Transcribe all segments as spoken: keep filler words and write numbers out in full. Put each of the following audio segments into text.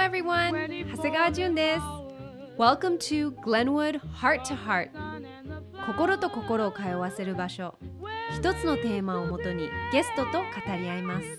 everyone! 長谷川純です。Welcome to Glenwood Heart to Heart 心と心を通わせる場所。一つのテーマをもとにゲストと語り合います。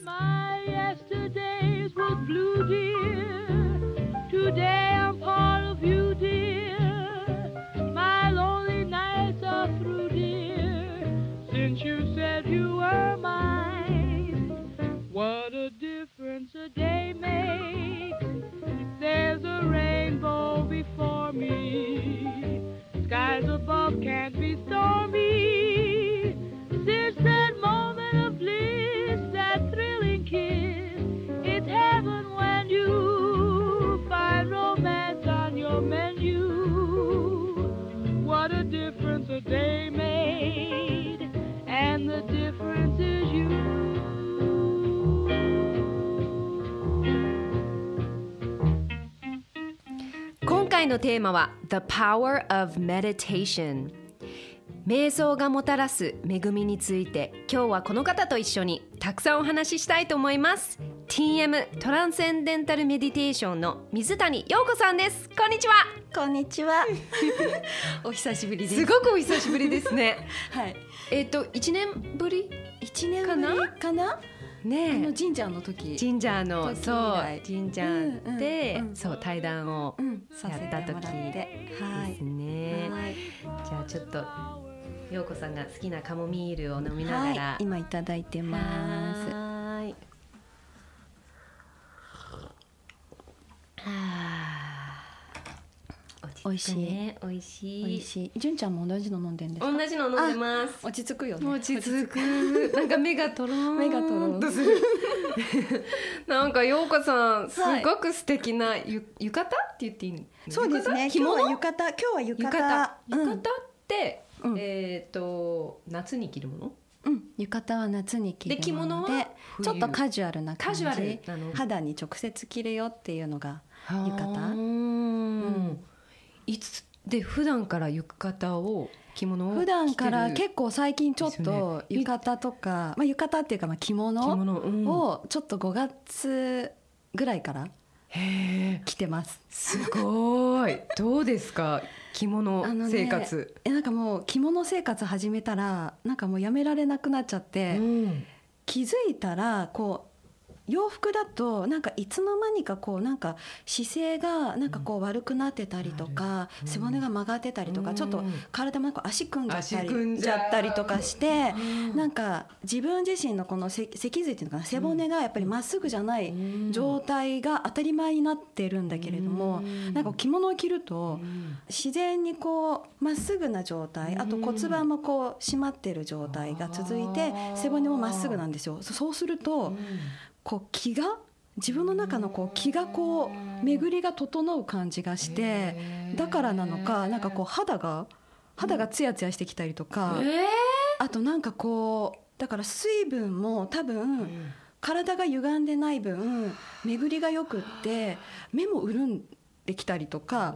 What a difference a day makes. There's a rainbow before me. Skies above can't be stormy. Since that moment of bliss, that thrilling kiss, it's heaven when you find romance on your menu. What a difference a day made, and the difference is you. 今回のテーマは The Power of Meditation 瞑想がもたらす恵みについて今日はこの方と一緒にたくさんお話ししたいと思います。 ティーエム トランセンデンタルメディテーションの水谷陽子さんです。こんにちは。 こんにちはお久しぶりです。 すごくお久しぶりですねはいえっといちねんぶりいちねんぶりかなねえ、 あのジンジャーの時ジンジャーの時以そう来ジンジャーで、 うんうんうんそう対談をうんさやったせてもらって時はいですね、 はいじゃあちょっと陽子さんが好きなカモミールを飲みながら、 はい、今いただいてます。 はーいはー落ち着くね。おいしい。 美味しい。純ちゃんも同じの飲んでんですか？ 同じの飲んでます。 落ち着くよね。 落ち着く。なんか目がとろーん。 目がとろーんとする。なんか陽子さんすごく素敵なゆ浴衣って言っていいの？ そうですね。今日は浴衣。今日は浴浴衣。 衣。浴衣うんってうんえっと夏に着るもの？ うん、浴衣は夏に着るで着もので物は冬ちょっとカジュアルな感じ。 カジュアルなの肌に直接着るよっていうのが浴はー衣。 んいつで普段から浴衣を着物を着てる普段から結構最近ちょっですよとね浴衣とか、まあ、浴衣っていうかまあ着物着物、うん、 をちょっとごがつぐらいからへー着てます。 すごいどうですか着物あのね生活、 えなんかもう着物生活始めたらなんかもうやめられなくなっちゃって、 うん気づいたらこう洋服だとなんかいつの間にかこうなんか姿勢がなんかこう悪くなってたりとか、 うん背骨が曲がってたりとか、 うんちょっと体もなんか足組んじゃった足組んりじゃうちゃったりとかして、 うんなんか自分自身のこの脊脊髄っていうのかな、背骨がやっぱりまっすぐじゃない状態が当たり前になってるんだけれども、 うんなんか着物を着るとうん自然にこうまっすぐな状態、あと骨盤もこう締まってる状態が続いて背骨もまっすぐなんですよ。そうするとこう気が自分の中のこう気がこう巡りが整う感じがして、だからなのかなんかこう肌が肌がツヤツヤしてきたりとか、 えーあとなんかこうだから水分も多分体が歪んでない分巡りがよくって目も潤んできたりとか、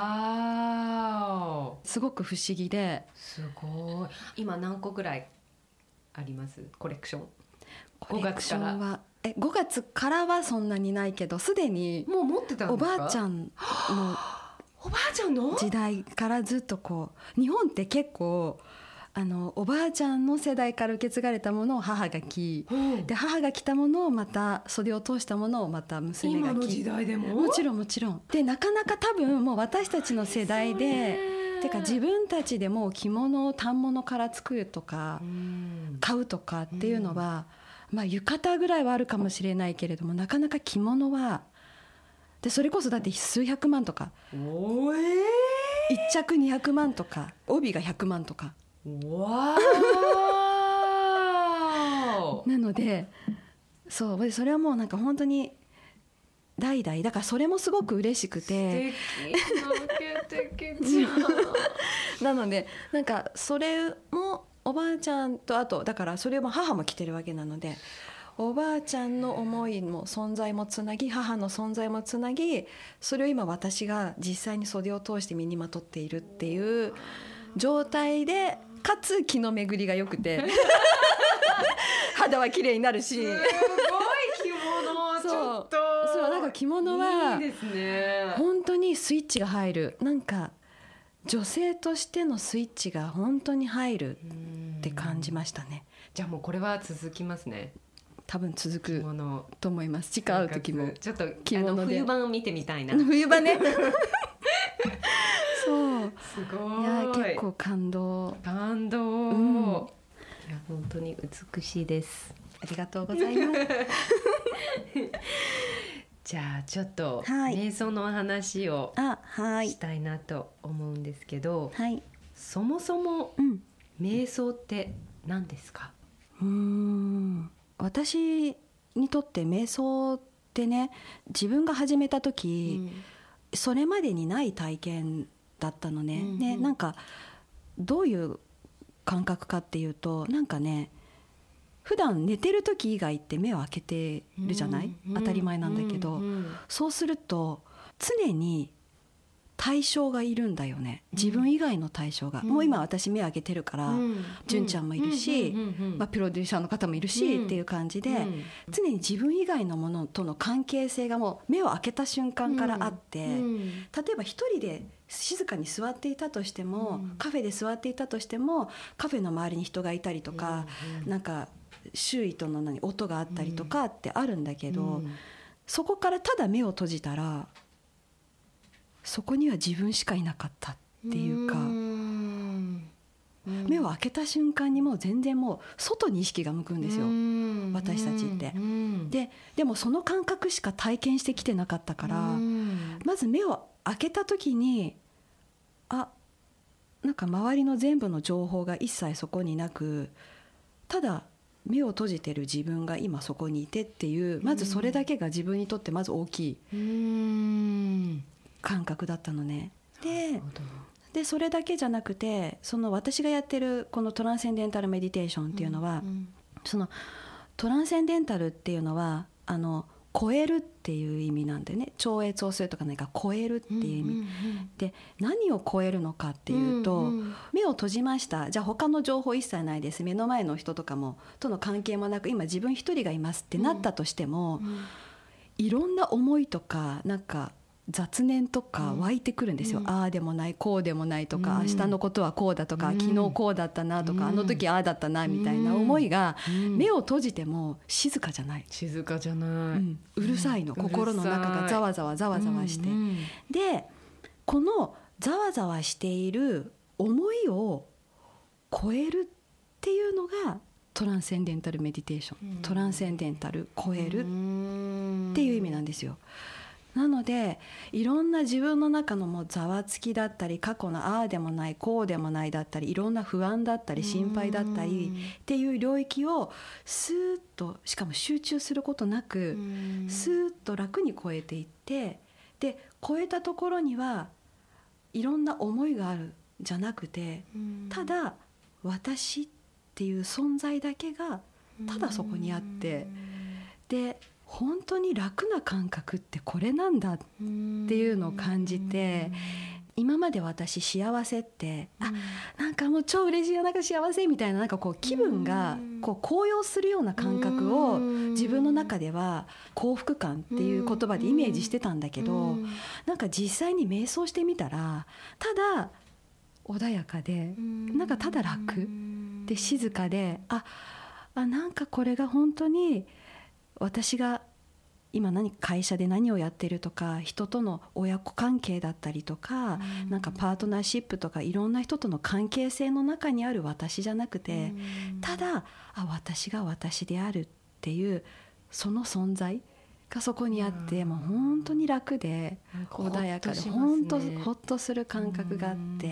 わーすごく不思議で。 すごい今何個ぐらいありますコレクション？ コレクションはえごがつからはそんなにないけど、すでにもう持ってたんおですか？ ばあちゃんのおばあちゃんの時代からずっとこう日本って結構あのおばあちゃんの世代から受け継がれたものを母が着、 うんで母が着たものをまた袖を通したものをまた娘が着、 今の時代でももちろんもちろんで、なかなか多分もう私たちの世代でてか自分たちでもう着物を反物から作るとかうん買うとかっていうのは、まあ浴衣ぐらいはあるかもしれないけれども、なかなか着物はでそれこそだって数百万とかおえいっ着にひゃくまんとか帯がひゃくまんとかー、わーなので、そうそれはもうなんか本当に代々だからそれもすごく嬉しくて、 素敵じゃんなのでなんかそれもおばあちゃんとあとだからそれも母も着てるわけなので、おばあちゃんの思いも存在もつなぎ母の存在もつなぎ、それを今私が実際に袖を通して身にまとっているっていう状態で、かつ気の巡りが良くて肌は綺麗になるし、 すごい着物ちょっとそうだなんか着物はいいですね。 本当にスイッチが入る、なんか女性としてのスイッチが本当に入るって感じましたね。 じゃあもうこれは続きますね。 多分続く着物と思います。次回会う時もちょっと着物であの冬版を見てみたいな。 冬場ねそうすごい。 いや結構感動感動、 うん、 いや本当に美しいです。 ありがとうございますじゃあちょっと、 はい、 瞑想のお話をあ、はい、 したいなと思うんですけど、 はい、 そもそも、うん、瞑想って何ですか？ うーん私にとって瞑想ってね、自分が始めた時、うん、それまでにない体験だったのね、うんうん、でなんかどういう感覚かっていうと、なんかね普段寝てる時以外って目を開けてるじゃない、うんうん、当たり前なんだけど、うんうん、そうすると常に対象がいるんだよね、自分以外の対象が、うん、もう今私目開けてるから、うん、純ちゃんもいるし、まあ、プロデューサーの方もいるし、うん、っていう感じで、うん、常に自分以外のものとの関係性がもう目を開けた瞬間からあって、うん、例えば一人で静かに座っていたとしても、うん、カフェで座っていたとしてもカフェの周りに人がいたりとか、うん、なんか周囲との何音があったりとかってあるんだけど、うん、そこからただ目を閉じたらそこには自分しかいなかったっていうか、うん、目を開けた瞬間にもう全然もう外に意識が向くんですよ、うん、私たちって、うん、で、でもその感覚しか体験してきてなかったから、うん、まず目を開けた時にあ、なんか周りの全部の情報が一切そこになく、ただ目を閉じてる自分が今そこにいてっていう、まずそれだけが自分にとってまず大きい、うん感覚だったのね。で、でそれだけじゃなくて、その私がやってるこのトランセンデンタルメディテーションっていうのは、うんうん、そのトランセンデンタルっていうのはあの超えるっていう意味なんでね、超越をするとか何か超えるっていう意味、うんうんうん、で何を超えるのかっていうと、うんうん、目を閉じました、じゃあ他の情報一切ないです、目の前の人とかもとの関係もなく今自分一人がいますってなったとしても、うんうん、いろんな思いとかなんか雑念とか湧いてくるんですよ、うん、ああでもないこうでもないとか、うん、明日のことはこうだとか、うん、昨日こうだったなとか、うん、あの時ああだったなみたいな思いが、うん、目を閉じても静かじゃない、 静かじゃない、うん、 うるさいの、うん、心の中がざわざわざわざわして、うんうん、でこのざわざわしている思いを超えるっていうのがトランセンデンタルメディテーション、うん、トランセンデンタル超えるっていう意味なんですよ。なのでいろんな自分の中のもうざわつきだったり、過去のああでもないこうでもないだったり、いろんな不安だったり心配だったりっていう領域をスーッと、しかも集中することなくスーッと楽に超えていって、で超えたところにはいろんな思いがあるじゃなくて、ただ私っていう存在だけがただそこにあって、で本当に楽な感覚ってこれなんだっていうのを感じて、今まで私幸せってあなんかもう超嬉しいよ、なんか幸せみたいな、なんかこう気分がこう高揚するような感覚を自分の中では幸福感っていう言葉でイメージしてたんだけど、なんか実際に瞑想してみたらただ穏やかで、なんかただ楽で静かで、ああなんかこれが本当に私が今何会社で何をやってるとか、人との親子関係だったりとか、うん、なんかパートナーシップとかいろんな人との関係性の中にある私じゃなくて、うん、ただあ私が私であるっていうその存在がそこにあって、うん、もう本当に楽で穏やかで本当ホッとする感覚があって、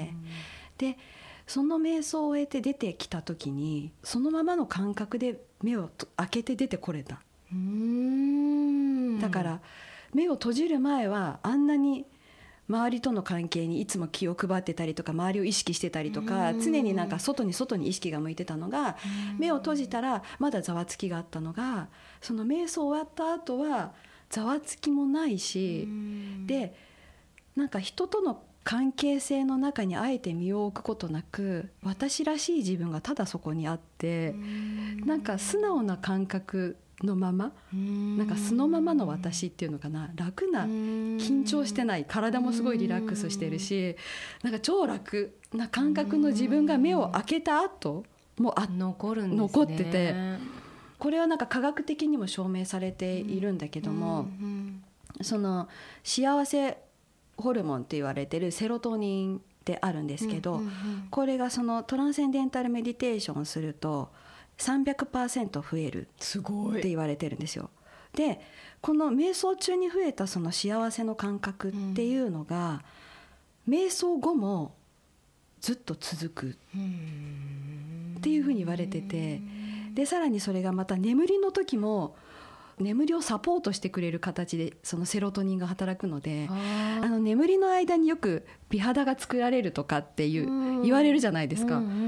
うん、でその瞑想を終えて出てきた時にそのままの感覚で目を開けて出てこれた。うーんだから目を閉じる前はあんなに周りとの関係にいつも気を配ってたりとか、周りを意識してたりとか、常になんか外に外に意識が向いてたのが、目を閉じたらまだざわつきがあったのが、その瞑想終わった後はざわつきもないし、でなんか人との関係性の中にあえて身を置くことなく、私らしい自分がただそこにあって、なんか素直な感覚のまま、なんか素のままの私っていうのかな、楽な、緊張してない、体もすごいリラックスしてるし、なんか超楽な感覚の自分が目を開けた後もうあ残るんですね。 残ってて、これはなんか科学的にも証明されているんだけども、その幸せホルモンって言われてるセロトニンってあるんですけど、これがそのトランセンデンタルメディテーションをするとさんびゃくパーセント 増えるって言われてるんですよ。でこの瞑想中に増えたその幸せの感覚っていうのが、うん、瞑想後もずっと続くっていうふうに言われてて、でさらにそれがまた眠りの時も眠りをサポートしてくれる形でそのセロトニンが働くので、ああの眠りの間によく美肌が作られるとかっていう言われるじゃないですか、うんうんうん、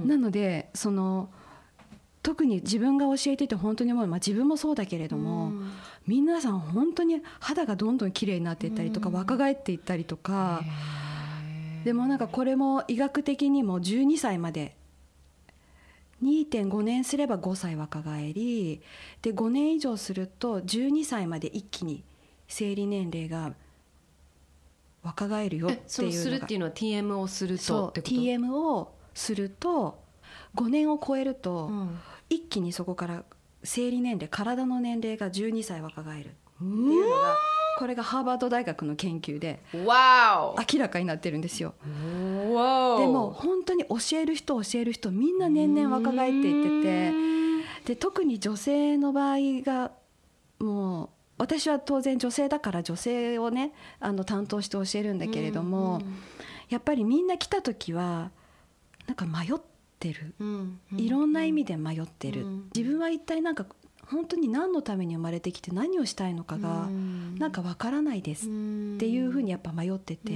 なのでその特に自分が教えてて本当に思う、まあ、自分もそうだけれども、うん、皆さん本当に肌がどんどん綺麗になっていったりとか、うん、若返っていったりとか、でもなんかこれも医学的にもじゅうにさいまで にてんご 年すればごさい若返りで、ごねん以上するとじゅうにさいまで一気に生理年齢が若返るよっていうのが、 そのするっていうのは ティーエム をするとってこと？ ティーエム をするとごねんを超えると、うん一気にそこから生理年齢、体の年齢がじゅうにさい若返るっていうのが、これがハーバード大学の研究で明らかになってるんですよ。でも本当に教える人教える人みんな年々若返っていってて、で特に女性の場合がもう、私は当然女性だから女性をねあの担当して教えるんだけれども、やっぱりみんな来た時はなんか迷ってる、うんうん、いろんな意味で迷ってる、うん、自分は一体なんか本当に何のために生まれてきて何をしたいのかがなんかわからないですっていうふうにやっぱ迷ってて、うん、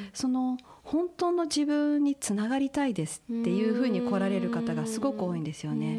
その本当の自分につながりたいですっていうふうに来られる方がすごく多いんですよね、うん、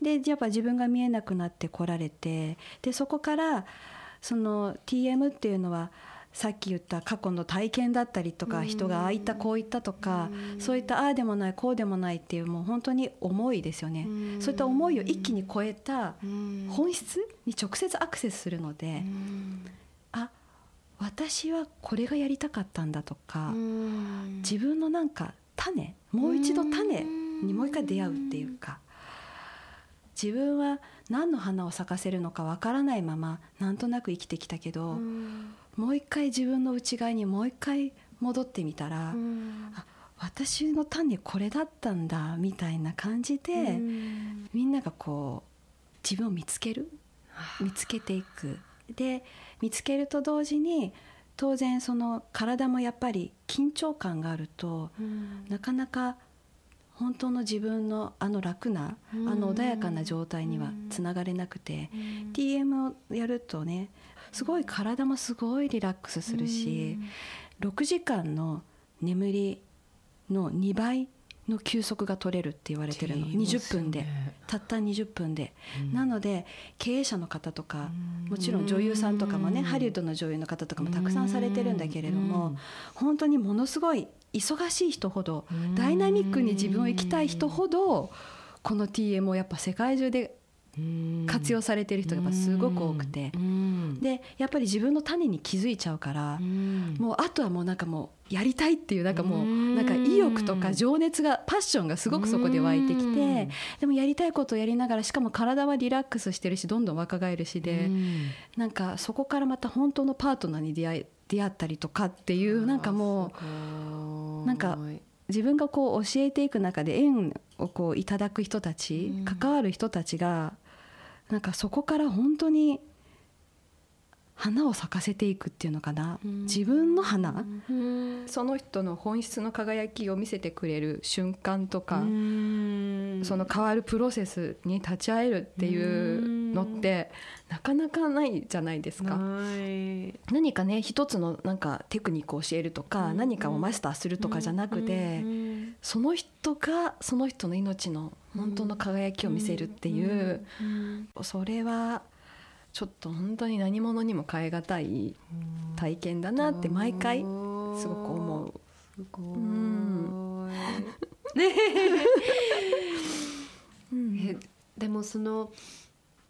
でやっぱ自分が見えなくなって来られて、でそこからその ティーエム っていうのはさっき言った過去の体験だったりとか、人がああいったこういったとか、そういったああでもないこうでもないっていう、もう本当に思いですよね。そういった思いを一気に超えた本質に直接アクセスするので、あ、私はこれがやりたかったんだとか、自分のなんか種、もう一度種にもう一回出会うっていうか、自分は何の花を咲かせるのかわからないままなんとなく生きてきたけど、もう一回自分の内側にもう一回戻ってみたら、あ、私の種これだったんだみたいな感じで、みんながこう自分を見つける、見つけていく。で見つけると同時に当然その体もやっぱり緊張感があると、なかなか本当の自分のあの楽な、あの穏やかな状態にはつながれなくて、 ティーエム をやるとね、すごい体もすごいリラックスするし、ろくじかんの眠りのにばいの休息が取れるって言われてるの、にじゅっぷんで、たったにじゅっぷんで、なので経営者の方とか、もちろん女優さんとかもね、ハリウッドの女優の方とかもたくさんされてるんだけれども、本当にものすごい忙しい人ほど、ダイナミックに自分を生きたい人ほど、この ティーエム をやっぱ世界中で活用されてる人がやっぱすごく多くて、でやっぱり自分の種に気づいちゃうから、もうあとはもうなんかもうやりたいっていう、なんかもうなんか意欲とか情熱が、パッションがすごくそこで湧いてきて、でもやりたいことをやりながら、しかも体はリラックスしてるし、どんどん若返るしで、なんかそこからまた本当のパートナーに出会い出会ったりとかっていう、なんかもうなんか自分がこう教えていく中で縁をこういただく人たち、関わる人たちがなんかそこから本当に花を咲かせていくっていうのかな、自分の花、その人の本質の輝きを見せてくれる瞬間とか、その変わるプロセスに立ち会えるっていうのってなかなかないじゃないですか。何かね、一つのなんかテクニックを教えるとか、何かをマスターするとかじゃなくて、その人がその人の命の本当の輝きを見せるっていう、それはちょっと本当に何者にも代え難い体験だなって毎回すごく思う。すごい、うんえでもその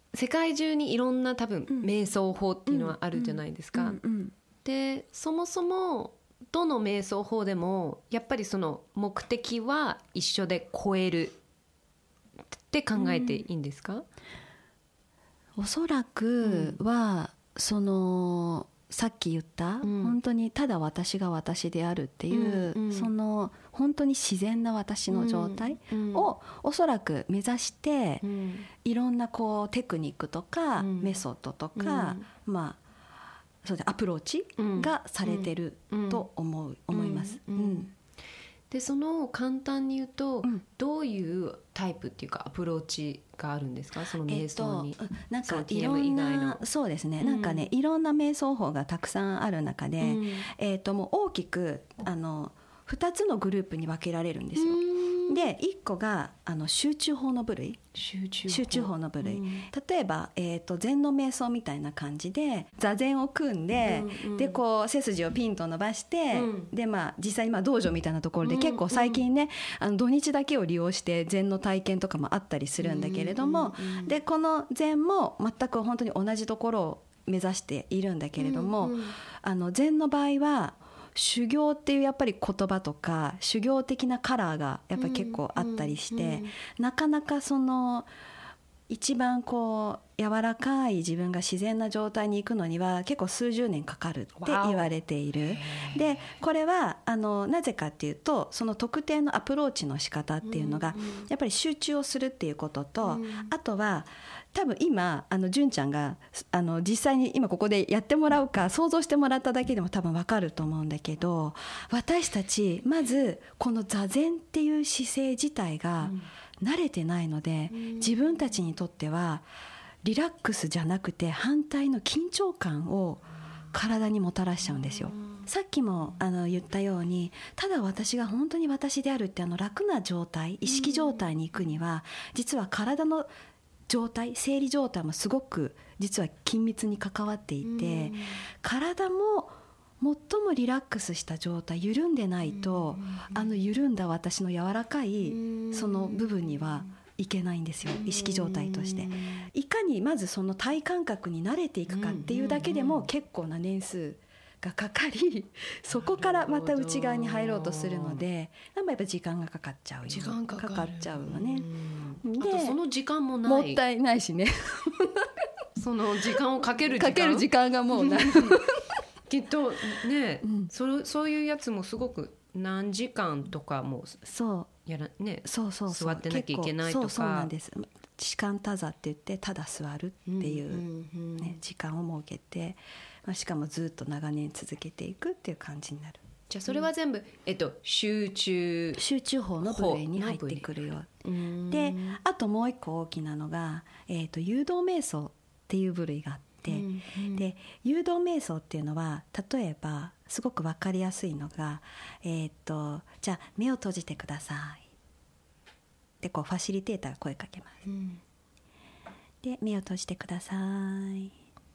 世界中にいろんな多分瞑想法っていうのはあるじゃないですか、 うんうんうん、 でそもそもどの瞑想法でもやっぱりその目的は一緒で超えるって考えていいんですか？ おそらくは、うん、そのさっき言った、うん、本当にただ私が私であるっていう、うんうん、その本当に自然な私の状態をおそらく目指して、うん、いろんなこうテクニックとか、うん、メソッドとか、うん、まあそうでアプローチがされてると思う、うん、思います、うんうん、 でその簡単に言うと、うん、どういうタイプっていうかアプローチがあるんですか？その瞑想に、 えっと、なんかいろんなそうですね、うん、なんかねいろんな瞑想法がたくさんある中で、うん、えっともう大きくあのふたつのグループに分けられるんですよ。でいっこがあの集中法の部類、 集中法、 集中法の部類、うん、例えば、えーと、禅の瞑想みたいな感じで座禅を組んで、うんうん、でこう背筋をピンと伸ばして、うん、でまあ実際にまあ道場みたいなところで結構最近ね、うんうん、あの土日だけを利用して禅の体験とかもあったりするんだけれども、うんうんうん、でこの禅も全く本当に同じところを目指しているんだけれども、うんうん、あの禅の場合は修行っていうやっぱり言葉とか修行的なカラーがやっぱり結構あったりして、うんうんうん、なかなかその一番こう柔らかい自分が自然な状態に行くのには結構数十年かかるって言われている。でこれはあのなぜかっていうとその特定のアプローチの仕方っていうのがやっぱり集中をするっていうことと、うん、あとは多分今あの純ちゃんがあの実際に今ここでやってもらうか想像してもらっただけでも多分分かると思うんだけど、私たちまずこの座禅っていう姿勢自体が慣れてないので、うん、自分たちにとってはリラックスじゃなくて反対の緊張感を体にもたらしちゃうんですよ。さっきもあの言ったようにただ私が本当に私であるってあの楽な状態意識状態に行くには実は体の状態生理状態もすごく実は緊密に関わっていて、体も最もリラックスした状態緩んでないとあの緩んだ私の柔らかいその部分にはいけないんですよ。意識状態としていかにまずその体感覚に慣れていくかっていうだけでも結構な年数がかかり、そこからまた内側に入ろうとするのでやっぱ時間がかかっちゃうよ時間かかるかかっちゃうのね。 であとその時間もないもったいないしねその時間をかける時間かける時間がもうないきっとね、うん、そ, そういうやつもすごく何時間とかもそうやら、ね、 そうそうそう座ってなきゃいけないとか、 そうそうなんです。時間多座って言ってただ座るっていう、ね、うんうんうん、時間を設けて、まあ、しかもずっと長年続けていくっていう感じになる。 じゃあそれは全部、うんえっと、集中集中法の部類に入ってくるよ。であともう一個大きなのが、えー、と誘導瞑想っていう部類があって、うんうん、で誘導瞑想っていうのは例えばすごく分かりやすいのが、えー、とじゃあ目を閉じてくださいでこうファシリテーターが声かけます、うん、で目を閉じてください。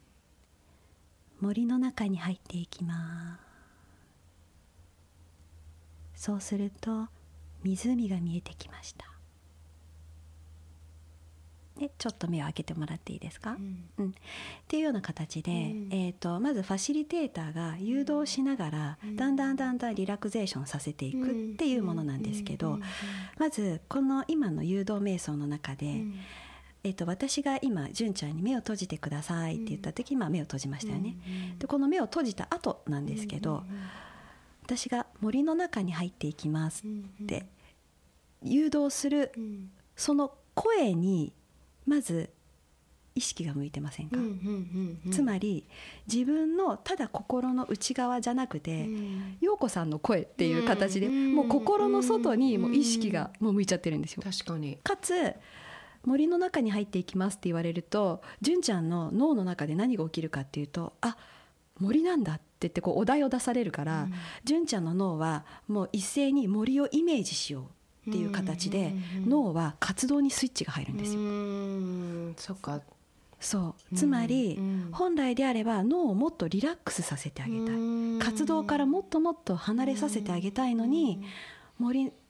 森の中に入っていきます。そうすると湖が見えてきました。でちょっと目を開けてもらっていいですか、うんうん、っていうような形で、うんえー、とまずファシリテーターが誘導しながら、うん、だんだんだんだんリラクゼーションさせていくっていうものなんですけど、うんうんうん、まずこの今の誘導瞑想の中で、うんえー、と私が今純ちゃんに目を閉じてくださいって言った時、今目を閉じましたよね、うんうん、でこの目を閉じた後なんですけど、うんうんうん、私が森の中に入っていきますって誘導するその声にまず意識が向いてませんか、うんうんうんうん、つまり自分のただ心の内側じゃなくて、うん、陽子さんの声っていう形で、うん、もう心の外にもう意識がもう向いちゃってるんですよ。 確かに。 かつ森の中に入っていきますって言われると純ちゃんの脳の中で何が起きるかっていうと、あ森なんだって言ってこうお題を出されるから、うん、純ちゃんの脳はもう一斉に森をイメージしようっていう形で、うんうんうん、脳は活動にスイッチが入るんですよ。うーん、そっか。 そうつまり、うんうん、本来であれば脳をもっとリラックスさせてあげたい、活動からもっともっと離れさせてあげたいのに、森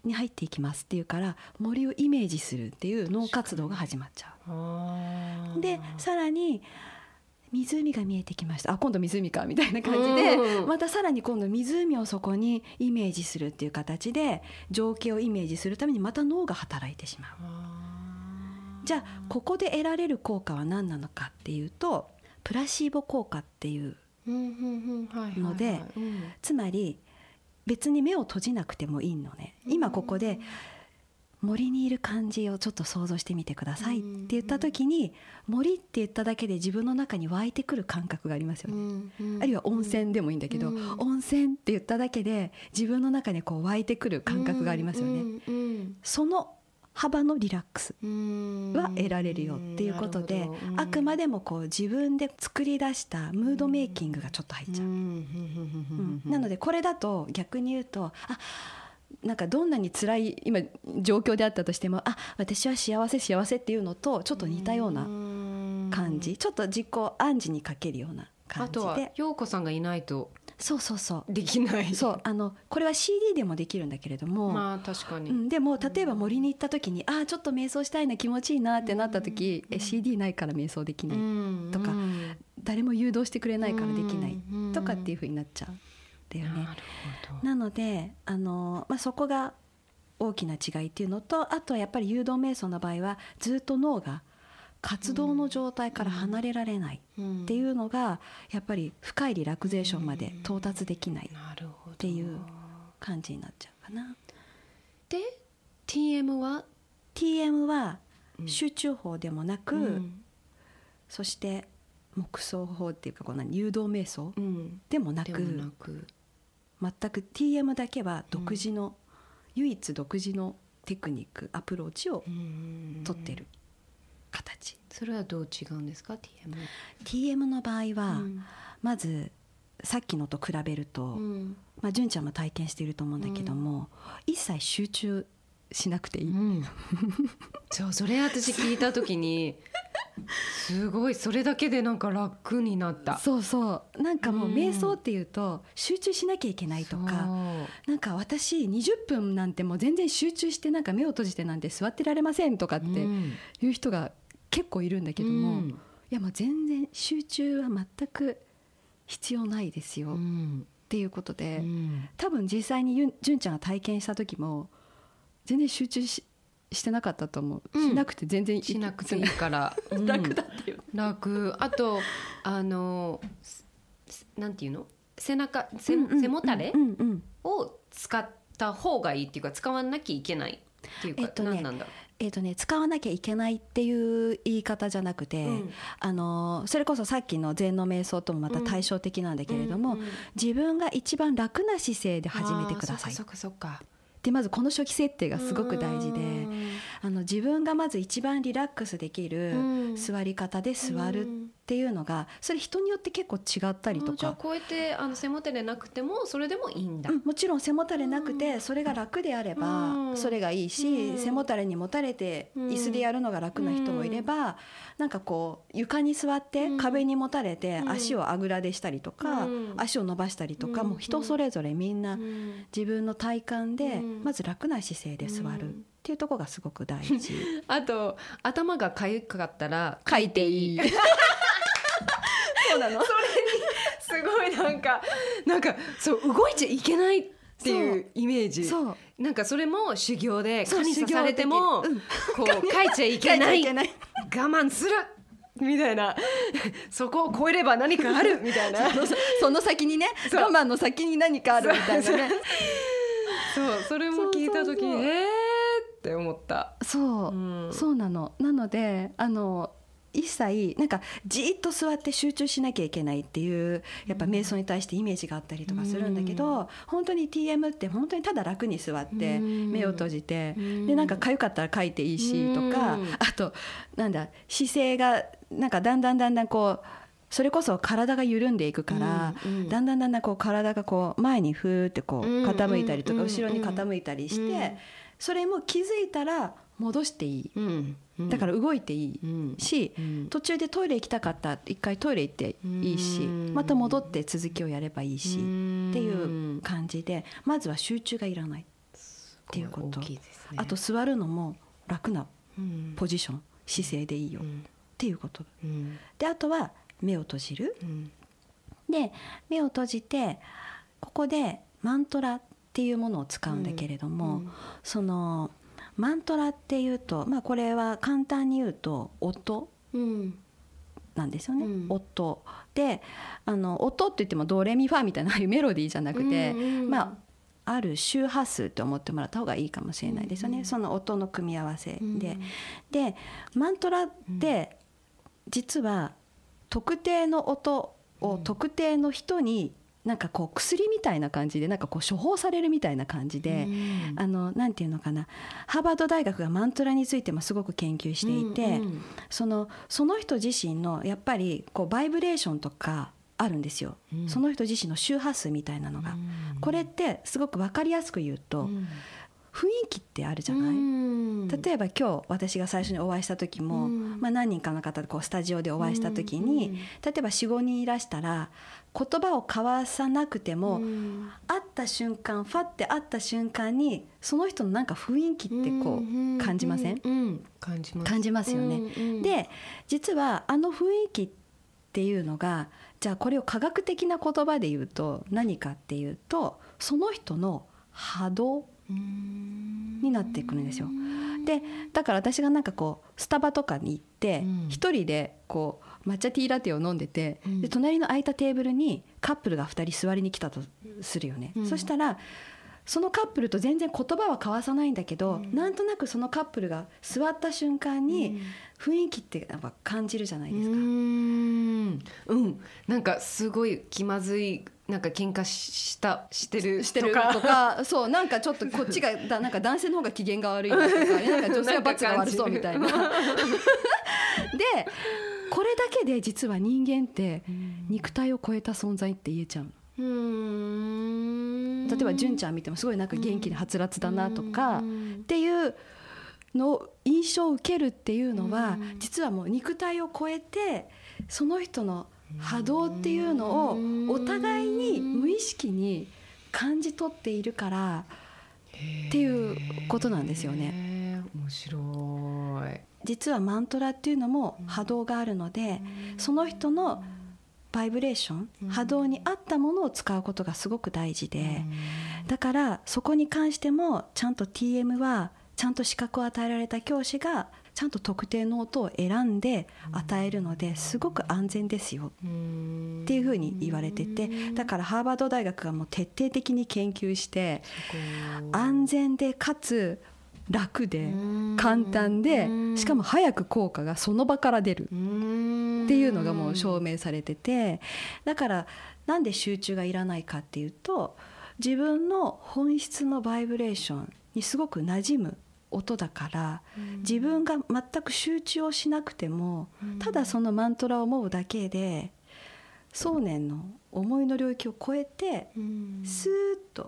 に入っていきますっていうから森をイメージするっていう脳活動が始まっちゃう。でさらに湖が見えてきました、あ今度湖かみたいな感じで、うん、またさらに今度湖をそこにイメージするっていう形で情景をイメージするためにまた脳が働いてしまう。じゃあここで得られる効果は何なのかっていうとプラシーボ効果っていうので、つまり別に目を閉じなくてもいいのね。今ここで森にいる感じをちょっと想像してみてくださいって言った時に森って言っただけで自分の中に湧いてくる感覚がありますよね。あるいは温泉でもいいんだけど、温泉って言っただけで自分の中にこう湧いてくる感覚がありますよね。その幅のリラックスは得られるよっていうことで、あくまでもこう自分で作り出したムードメイキングがちょっと入っちゃう。なのでこれだと逆に言うと、あなんかどんなに辛い今状況であったとしても、あ私は幸せ幸せっていうのとちょっと似たような感じ、ちょっと自己暗示にかけるような感じで。 あとは陽子さんがいないとそうそうそうできない。 そうあのこれは シーディー でもできるんだけれども、 まあ確かに、 うん、でも例えば森に行った時に、あちょっと瞑想したいな気持ちいいなってなった時、え シーディー ないから瞑想できないとか、誰も誘導してくれないからできないとかっていう風になっちゃうだよね。なるほど。なのであの、まあ、そこが大きな違いっていうのと、あとはやっぱり誘導瞑想の場合はずっと脳が活動の状態から離れられないっていうのがやっぱり深いリラクゼーションまで到達できないっていう感じになっちゃうかな。 で ティーエム はティーエム は集中法でもなく、うん、そして黙想法っていうかこの誘導瞑想でもなく、うん、でもなく全く ティーエム だけは独自の、うん、唯一独自のテクニックアプローチを取ってる形。 それはどう違うんですか ティーエム？ ティーエム の場合は、うん、まずさっきのと比べると、うんまあ、純ちゃんも体験していると思うんだけども、うん、一切集中しなくていい、うん、 そうそれ私聞いた時にすごいそれだけでなんか楽になった。 そうそうなんかもう瞑想っていうと集中しなきゃいけないとか、うん、なんか私にじゅっぷんなんてもう全然集中してなんか目を閉じてなんて座ってられませんとかっていう人が結構いるんだけども、うん、いやもう全然集中は全く必要ないですよ、うん、っていうことで、うん、多分実際に純ちゃんが体験した時も全然集中ししてなかったと思う、うん、しなくて全然いいしなくていいから、 うん、楽だっていう、 楽。あとあのなんていうの背中 背,、うんうん、背もたれを使った方がいいっていうか使わなきゃいけないっていうか、えっとね、何なんだろうえーとね、使わなきゃいけないっていう言い方じゃなくて、うん、あのそれこそさっきの禅の瞑想ともまた対照的なんだけれども、うんうんうん、自分が一番楽な姿勢で始めてください。 そうかそうかでまずこの初期設定がすごく大事で、あの自分がまず一番リラックスできる座り方で座るっていうのがそれ人によって結構違ったりとか。 じゃあこうやってあの背もたれなくてもそれでもいいんだ、 うん、もちろん背もたれなくてそれが楽であればそれがいいし、背もたれにもたれて椅子でやるのが楽な人もいれば、なんかこう床に座って壁にもたれて足をあぐらでしたりとか、足を伸ばしたりとか、もう人それぞれみんな自分の体感でまず楽な姿勢で座るっていうところがすごく大事。 あと頭がかゆかったらかいていいそうなの。 それにすごいなんかなんかそう動いちゃいけないっていうイメージ。そうなんかそれも修行で蚊に刺されても、うん、こうかいちゃいけない我慢するみたいなそこを超えれば何かあるみたいなそ, その先にね我慢の先に何かあるみたいなね。 そうそれも聞いた時にえーって思った。 そう、うん、そうなの。なのであの一切なんかじっと座って集中しなきゃいけないっていうやっぱ瞑想に対してイメージがあったりとかするんだけど、うん、本当に ティーエム って本当にただ楽に座って目を閉じて、うん、でなんか痒かったら書いていいしとか、うん、あとなんだ姿勢がなんかだんだんだんだんこうそれこそ体が緩んでいくから、うんうん、だんだんだんだんこう体がこう前にふーってこう傾いたりとか後ろに傾いたりして、うん、それも気づいたら戻していい、うんうん、だから動いていいし、うん、途中でトイレ行きたかった一回トイレ行っていいし、うん、また戻って続きをやればいいし、うん、っていう感じでまずは集中がいらない。 すていうこと、 大きいですね。 あと座るのも楽なうんポジション、姿勢でいいよっうんていうこと、 うんであとは目を閉じる、 うんで目を閉じてここでマントラっていうものを使うんだけれども、 うんそのマントラっていうと、まあ、これは簡単に言うと音うんなんですよね、 うん音で、あの音って言ってもドレミファみたいなああいうメロディーじゃなくて、 うんうんまあある周波数って思ってもらった方がいいかもしれないですよね、 うんその音の組み合わせで、 うんでマントラって実は特定の音を特定の人になんかこう薬みたいな感じでなんかこう処方されるみたいな感じで、 うんあのなんていうのかな、ハーバード大学がマントラについてもすごく研究していて、 うんそのその人自身のやっぱりこうバイブレーションとかあるんですよ、 うんその人自身の周波数みたいなのが、 うんこれってすごく分かりやすく言うと、 うん雰囲気ってあるじゃない、 うん例えば今日私が最初にお会いした時も、 うんまあ、何人かの方でこうスタジオでお会いした時に、 うん例えば よん、ごにんいらしたら言葉を交わさなくても、 うん会った瞬間ファって会った瞬間にその人のなんか雰囲気ってこう感じません？ うんうん感じます感じますよね、 うんうんで実はあの雰囲気っていうのがじゃあこれを科学的な言葉で言うと何かっていうとその人の波動になってくるんですよ。でだから私がなんかこうスタバとかに行ってうん一人でこう抹茶ティーラテを飲んでて、 うんで隣の空いたテーブルにカップルがふたり座りに来たとするよね、 うんそしたらそのカップルと全然言葉は交わさないんだけど、 うんなんとなくそのカップルが座った瞬間に雰囲気ってやっぱ感じるじゃないですか、 うん、うん、なんかすごい気まずいなんか喧嘩したしてるしてるとかそうなんかちょっとこっちがだなんか男性の方が機嫌が悪いなとかなんか女性は罰が悪そうみたいなでこれだけで実は人間って肉体を超えた存在って言えちゃう。 うーん例えば純ちゃん見てもすごいなんか元気ではつらつだなとかっていうのを印象を受けるっていうのは実はもう肉体を超えてその人の波動っていうのをお互いに無意識に感じ取っているからっていうことなんですよね。 へー面白い。 実はマントラっていうのも波動があるのでその人のバイブレーション波動に合ったものを使うことがすごく大事で、だからそこに関してもちゃんと ティーエム はちゃんと資格を与えられた教師がちゃんと特定の音を選んで与えるのですごく安全ですよっていうふうに言われてて、だからハーバード大学がもう徹底的に研究して安全でかつ楽で簡単でしかも早く効果がその場から出るっていうのがもう証明されてて、だからなんで集中がいらないかっていうと自分の本質のバイブレーションにすごく馴染む音だから自分が全く集中をしなくてもただそのマントラを思うだけで想念の思いの領域を超えてスーッと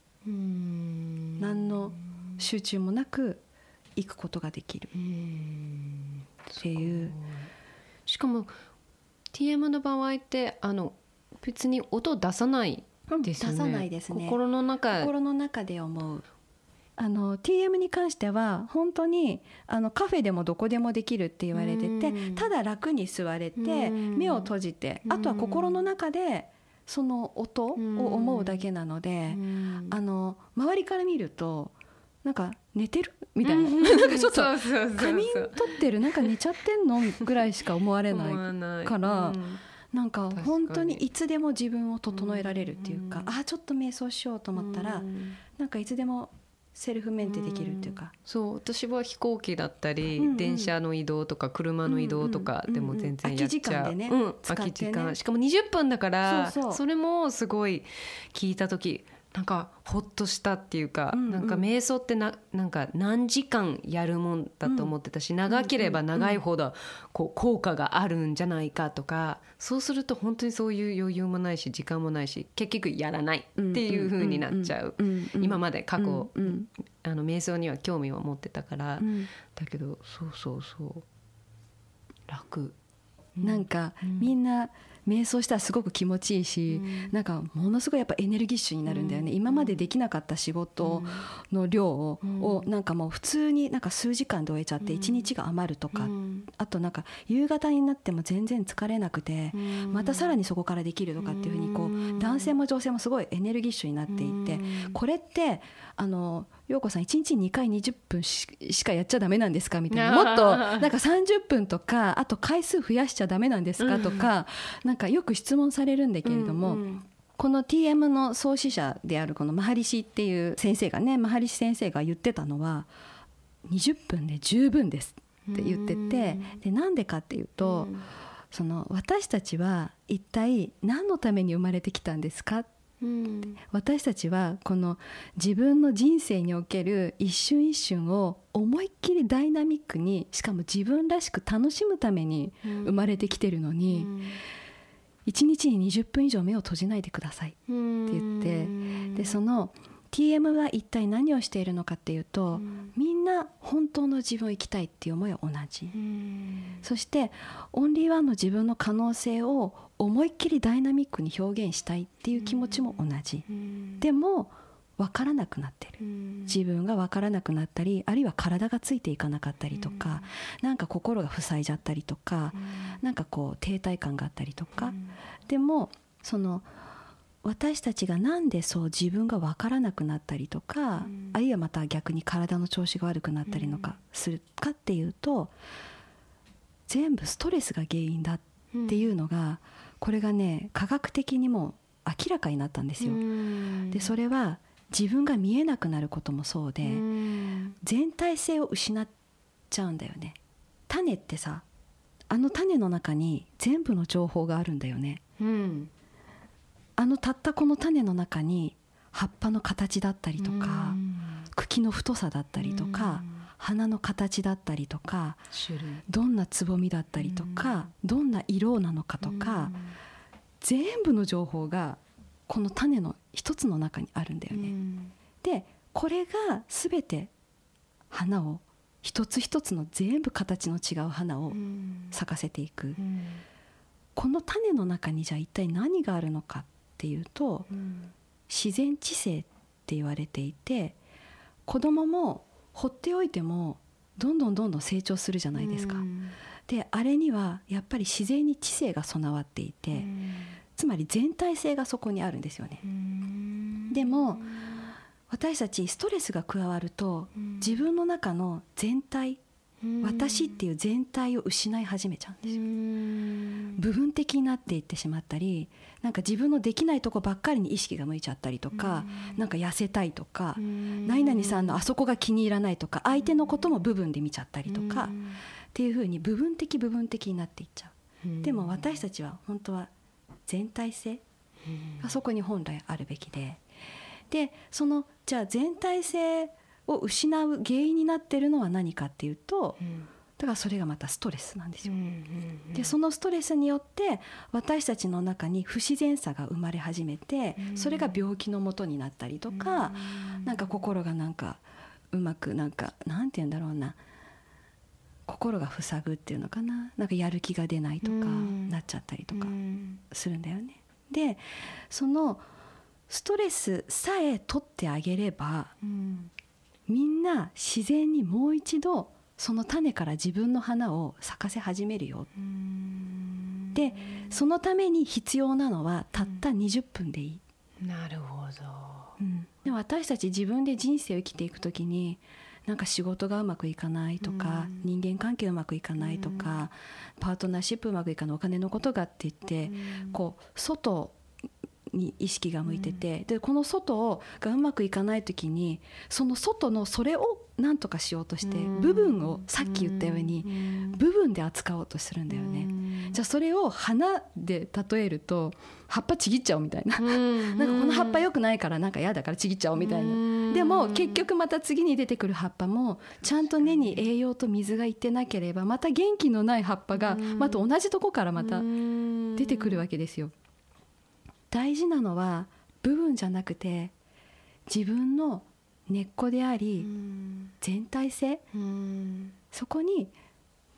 何の集中もなく行くことができるっていう。 しかも ティーエム の場合ってあの別に音を出さないですよね。 出さないですね。 心の中心の中で思う。あの ティーエム に関しては本当にあのカフェでもどこでもできるって言われてて、ただ楽に座れて目を閉じて、あとは心の中でその音を思うだけなので、あの周りから見るとなんか寝てるみたいな、なんかちょっと仮眠取ってるなんか寝ちゃってんのぐらいしか思われないから、なんか本当にいつでも自分を整えられるっていうか、あちょっと瞑想しようと思ったらなんかいつでもセルフメンテできるっていうか、 うん、そう私は飛行機だったり、 うんうん、 電車の移動とか車の移動とかでも全然やっちゃう、 うんうんうん、空き時間でね、 うん、 使ってね、 空き時間しかもにじゅっぷんだからそうそう、 それもすごい聞いた時なんかほっとしたっていうか、うんうん、なんか瞑想ってななんか何時間やるもんだと思ってたし、うん、長ければ長いほどこう効果があるんじゃないかとか、そうすると本当にそういう余裕もないし時間もないし結局やらないっていう風になっちゃう、うんうん、今まで過去、うんうん、あの瞑想には興味を持ってたから、うん、だけどそうそうそう楽なんかみんな瞑想したらすごく気持ちいいし、うん、なんかものすごいやっぱエネルギッシュになるんだよね、うん、今までできなかった仕事の量を、うん、をなんかもう普通になんか数時間で終えちゃっていちにちが余るとか、うん、あとなんか夕方になっても全然疲れなくて、うん、またさらにそこからできるとかっていうふうにこう男性も女性もすごいエネルギッシュになっていて、うん、これってあの陽子さんいちにちにかいにじゅっぷん し, しかやっちゃダメなんですかみたいな、もっとなんかさんじゅっぷんとかあと回数増やしちゃダメなんですかとか、うん、なんかよく質問されるんだけれども、うんうん、この ティーエム の創始者であるこのマハリシっていう先生がね、マハリシ先生が言ってたのはにじゅっぷんで十分ですって言ってて、うん、でなんでかっていうと、うん、その私たちは一体何のために生まれてきたんですか、うん、私たちはこの自分の人生における一瞬一瞬を思いっきりダイナミックに、しかも自分らしく楽しむために生まれてきてるのに、うん、いちにちににじゅっぷん以上目を閉じないでくださいって言って、うん、でその ティーエム は一体何をしているのかっていうと、うん、みんな本当の自分を生きたいっていう思いは同じ、うん、そしてオンリーワンの自分の可能性を思いっきりダイナミックに表現したいっていう気持ちも同じ、うん、でも分からなくなってる、うん、自分が分からなくなったり、あるいは体がついていかなかったりとか、うん、なんか心が塞いじゃったりとか、うん、なんかこう停滞感があったりとか、うん、でもその私たちがなんでそう自分が分からなくなったりとか、うん、あるいはまた逆に体の調子が悪くなったりとかするかっていうと、全部ストレスが原因だっていうのが、うん、これがね科学的にも明らかになったんですよ、うん、でそれは自分が見えなくなることもそうで、うん、全体性を失っちゃうんだよね。種ってさ、あの種の中に全部の情報があるんだよね、うん、あのたったこの種の中に葉っぱの形だったりとか、うん、茎の太さだったりとか、うん、花の形だったりとか、どんなつぼみだったりとか、うん、どんな色なのかとか、うん、全部の情報がこの種の一つの中にあるんだよね、うん、でこれが全て花を一つ一つの全部形の違う花を咲かせていく、うん、この種の中にじゃあ一体何があるのかっていうと、うん、自然知性って言われていて、子供も放っておいてもどんどんどんどん成長するじゃないですか、うん、であれにはやっぱり自然に知性が備わっていて、うん、つまり全体性がそこにあるんですよね。でも私たちストレスが加わると、自分の中の全体、私っていう全体を失い始めちゃうんですよ。部分的になっていってしまったり、なんか自分のできないとこばっかりに意識が向いちゃったりとか、なんか痩せたいとか、何々さんのあそこが気に入らないとか、相手のことも部分で見ちゃったりとかっていう風に部分的部分的になっていっちゃう。でも私たちは本当は全体性がそこに本来あるべきで、でそのじゃあ全体性を失う原因になっているのは何かっていうと、だからそれがまたストレスなんですよ。でそのストレスによって私たちの中に不自然さが生まれ始めて、それが病気のもとになったりとか、なんか心がなんかうまくなんかなんて言うんだろうな、心が塞ぐっていうのかな、なんかやる気が出ないとかなっちゃったりとかするんだよね。でそのストレスさえ取ってあげれば、うん、みんな自然にもう一度その種から自分の花を咲かせ始めるよ。うん、でそのために必要なのはたったにじゅっぷんでいい。 うん、なるほど、 うん、で私たち自分で人生を生きていくときに、なんか仕事がうまくいかないとか、うん、人間関係うまくいかないとか、うん、パートナーシップうまくいかない、お金のことがって言って、うん、こう外に意識が向いてて、うん、でこの外がうまくいかないときに、その外のそれを何とかしようとして、うん、部分をさっき言ったように、うん、部分で扱おうとするんだよね、うん、じゃあそれを花で例えると葉っぱちぎっちゃおうみたいな、うん、なんかこの葉っぱ良くないからなんか嫌だからちぎっちゃおうみたいな、うん、でも結局また次に出てくる葉っぱもちゃんと根に栄養と水がいってなければ、また元気のない葉っぱがまた同じとこからまた出てくるわけですよ。大事なのは部分じゃなくて、自分の根っこであり全体性、そこに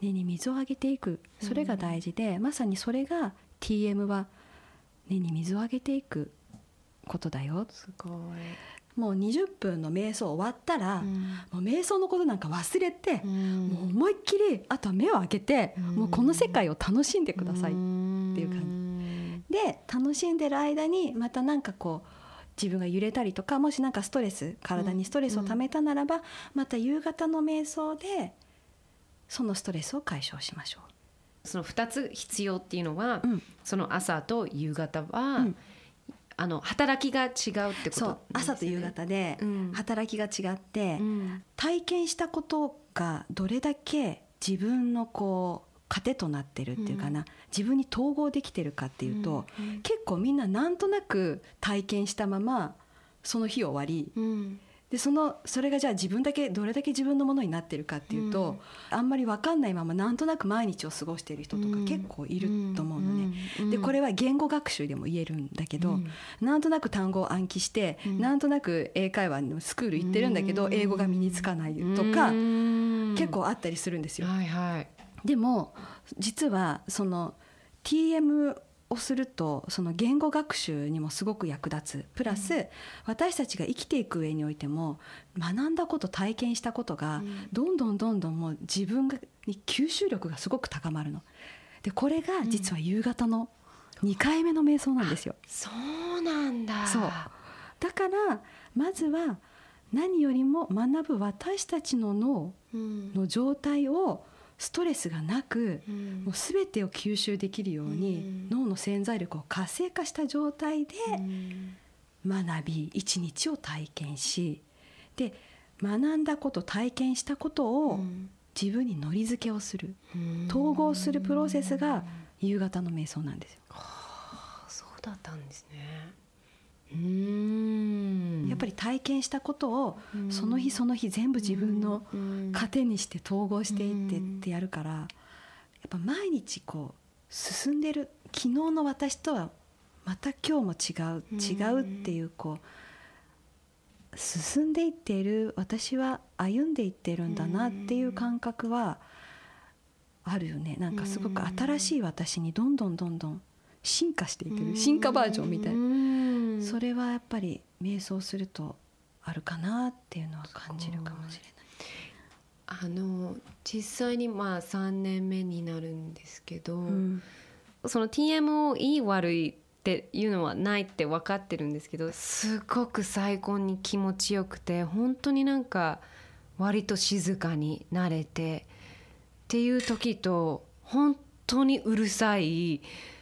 根に水をあげていく、それが大事で、うん、まさにそれが ティーエム は根に水をあげていくことだよ。 すごい。 もうにじゅっぷんの瞑想終わったら、うん、もう瞑想のことなんか忘れて、うん、もう思いっきりあとは目を開けて、うん、もうこの世界を楽しんでくださいっていう感じ、で楽しんでる間にまたなんかこう自分が揺れたりとか、もしなんかストレス、体にストレスをためたならば、うん、また夕方の瞑想でそのストレスを解消しましょう。 そのふたつ必要っていうのは、うん、その朝と夕方は、うん、あの働きが違うってことなんですね。 そう、朝と夕方で働きが違って、うん、体験したことがどれだけ自分のこう糧となってるっていうかな、うん、自分に統合できてるかっていうと、うん、結構みんななんとなく体験したままその日終わり、うん、で そ, のそれがじゃあ自分だけどれだけ自分のものになってるかっていうと、うん、あんまり分かんないままなんとなく毎日を過ごしている人とか結構いると思うのね、うん、でこれは言語学習でも言えるんだけど、うん、なんとなく単語を暗記して、うん、なんとなく英会話のスクール行ってるんだけど、うん、英語が身につかないとか、うん、結構あったりするんですよ、 はいはい、 でも実はその ティーエム をするとその言語学習にもすごく役立つ。プラス、うん、私たちが生きていく上においても学んだこと体験したことがどんどんどんどんもう自分に吸収力がすごく高まるので、これが実は夕方のにかいめの瞑想なんですよ、 うん、そうなんだ。 そうだからまずは何よりも学ぶ私たちの脳の状態をストレスがなく、うん、もう全てを吸収できるように、うん、脳の潜在力を活性化した状態で学び一日を体験し、で学んだこと体験したことを自分にのり付けをする、うん、統合するプロセスが夕方の瞑想なんですよ。 はあ、そうだったんですね。うーん、 やっぱり体験したことをその日その日全部自分の糧にして統合していってってやるから、やっぱ毎日こう進んでる、昨日の私とはまた今日も違う違うっていう、こう進んでいっている、私は歩んでいってるんだなっていう感覚はあるよね。なんかすごく新しい私にどんどんどんどん進化していってる、進化バージョンみたいな、それはやっぱり瞑想するとあるかなっていうのは感じるかもしれない。 あの実際にまあさんねんめになるんですけど、うん、その ティーエム をいい悪いっていうのはないって分かってるんですけど、すごく最高に気持ちよくて、本当になんか割と静かになれてっていう時と、本当にうるさい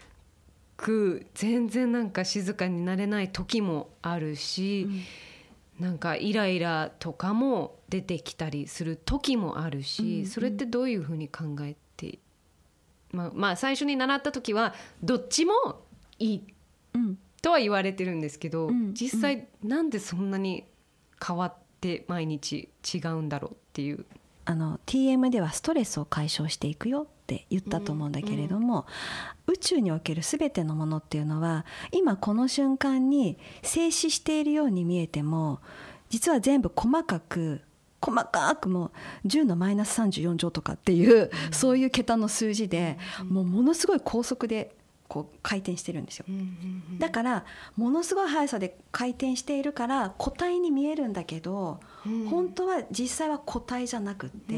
全然なんか静かになれない時もあるし、うん、なんかイライラとかも出てきたりする時もあるし、うんうん、それってどういうふうに考えて、まあ、まあ最初に習った時はどっちもいいとは言われてるんですけど、うん、実際なんでそんなに変わって毎日違うんだろうっていう。 あの ティーエム ではストレスを解消していくよって言ったと思うんだけれども、うんうん、宇宙における全てのものっていうのは今この瞬間に静止しているように見えても、実は全部細かく細かくもうじゅうのマイナスさんじゅうよん乗とかっていう、うん、そういう桁の数字で、うん、もうものすごい高速でこう回転してるんですよ、うんうんうん、だからものすごい速さで回転しているから固体に見えるんだけど、うん、本当は実際は固体じゃなくって、うん、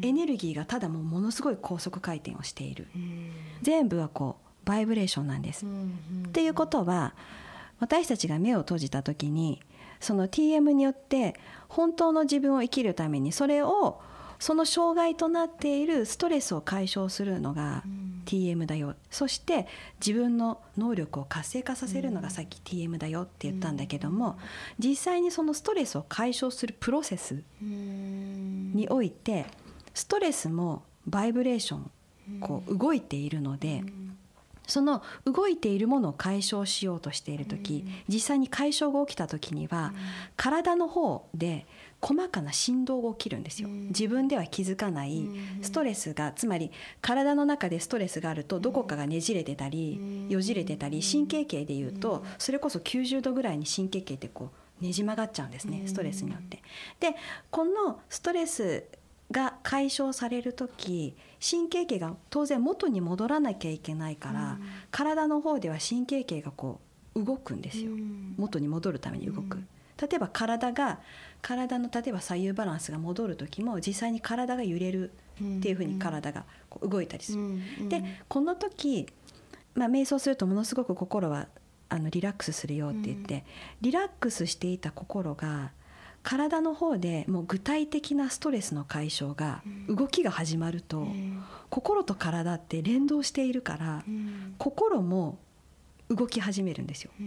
エネルギーがただもうものすごい高速回転をしている、うん、全部はこうバイブレーションなんです、うんうん、っていうことは私たちが目を閉じた時にその ティーエム によって本当の自分を生きるために、それをその障害となっているストレスを解消するのが ティーエム だよ、うん、そして自分の能力を活性化させるのがさっき ティーエム だよって言ったんだけども、実際にそのストレスを解消するプロセスにおいてストレスもバイブレーションこう動いているので、その動いているものを解消しようとしている時、実際に解消が起きた時には体の方で細かな振動が起きるんですよ。自分では気づかないストレスが、つまり体の中でストレスがあるとどこかがねじれてたりよじれてたり、神経系でいうとそれこそきゅうじゅうどぐらいに神経系ってこうねじ曲がっちゃうんですね、ストレスによって。でこのストレスが解消されるとき、神経系が当然元に戻らなきゃいけないから、うん、体の方では神経系がこう動くんですよ、うん、元に戻るために動く、うん、例えば体が体の例えば左右バランスが戻る時も実際に体が揺れるっていうふうに体がこう動いたりする、うんうん、でこの時、まあ、瞑想するとものすごく心はあのリラックスするよって言って、うん、リラックスしていた心が体の方でもう具体的なストレスの解消が、うん、動きが始まると、うん、心と体って連動しているから、うん、心も動き始めるんですよ、うん、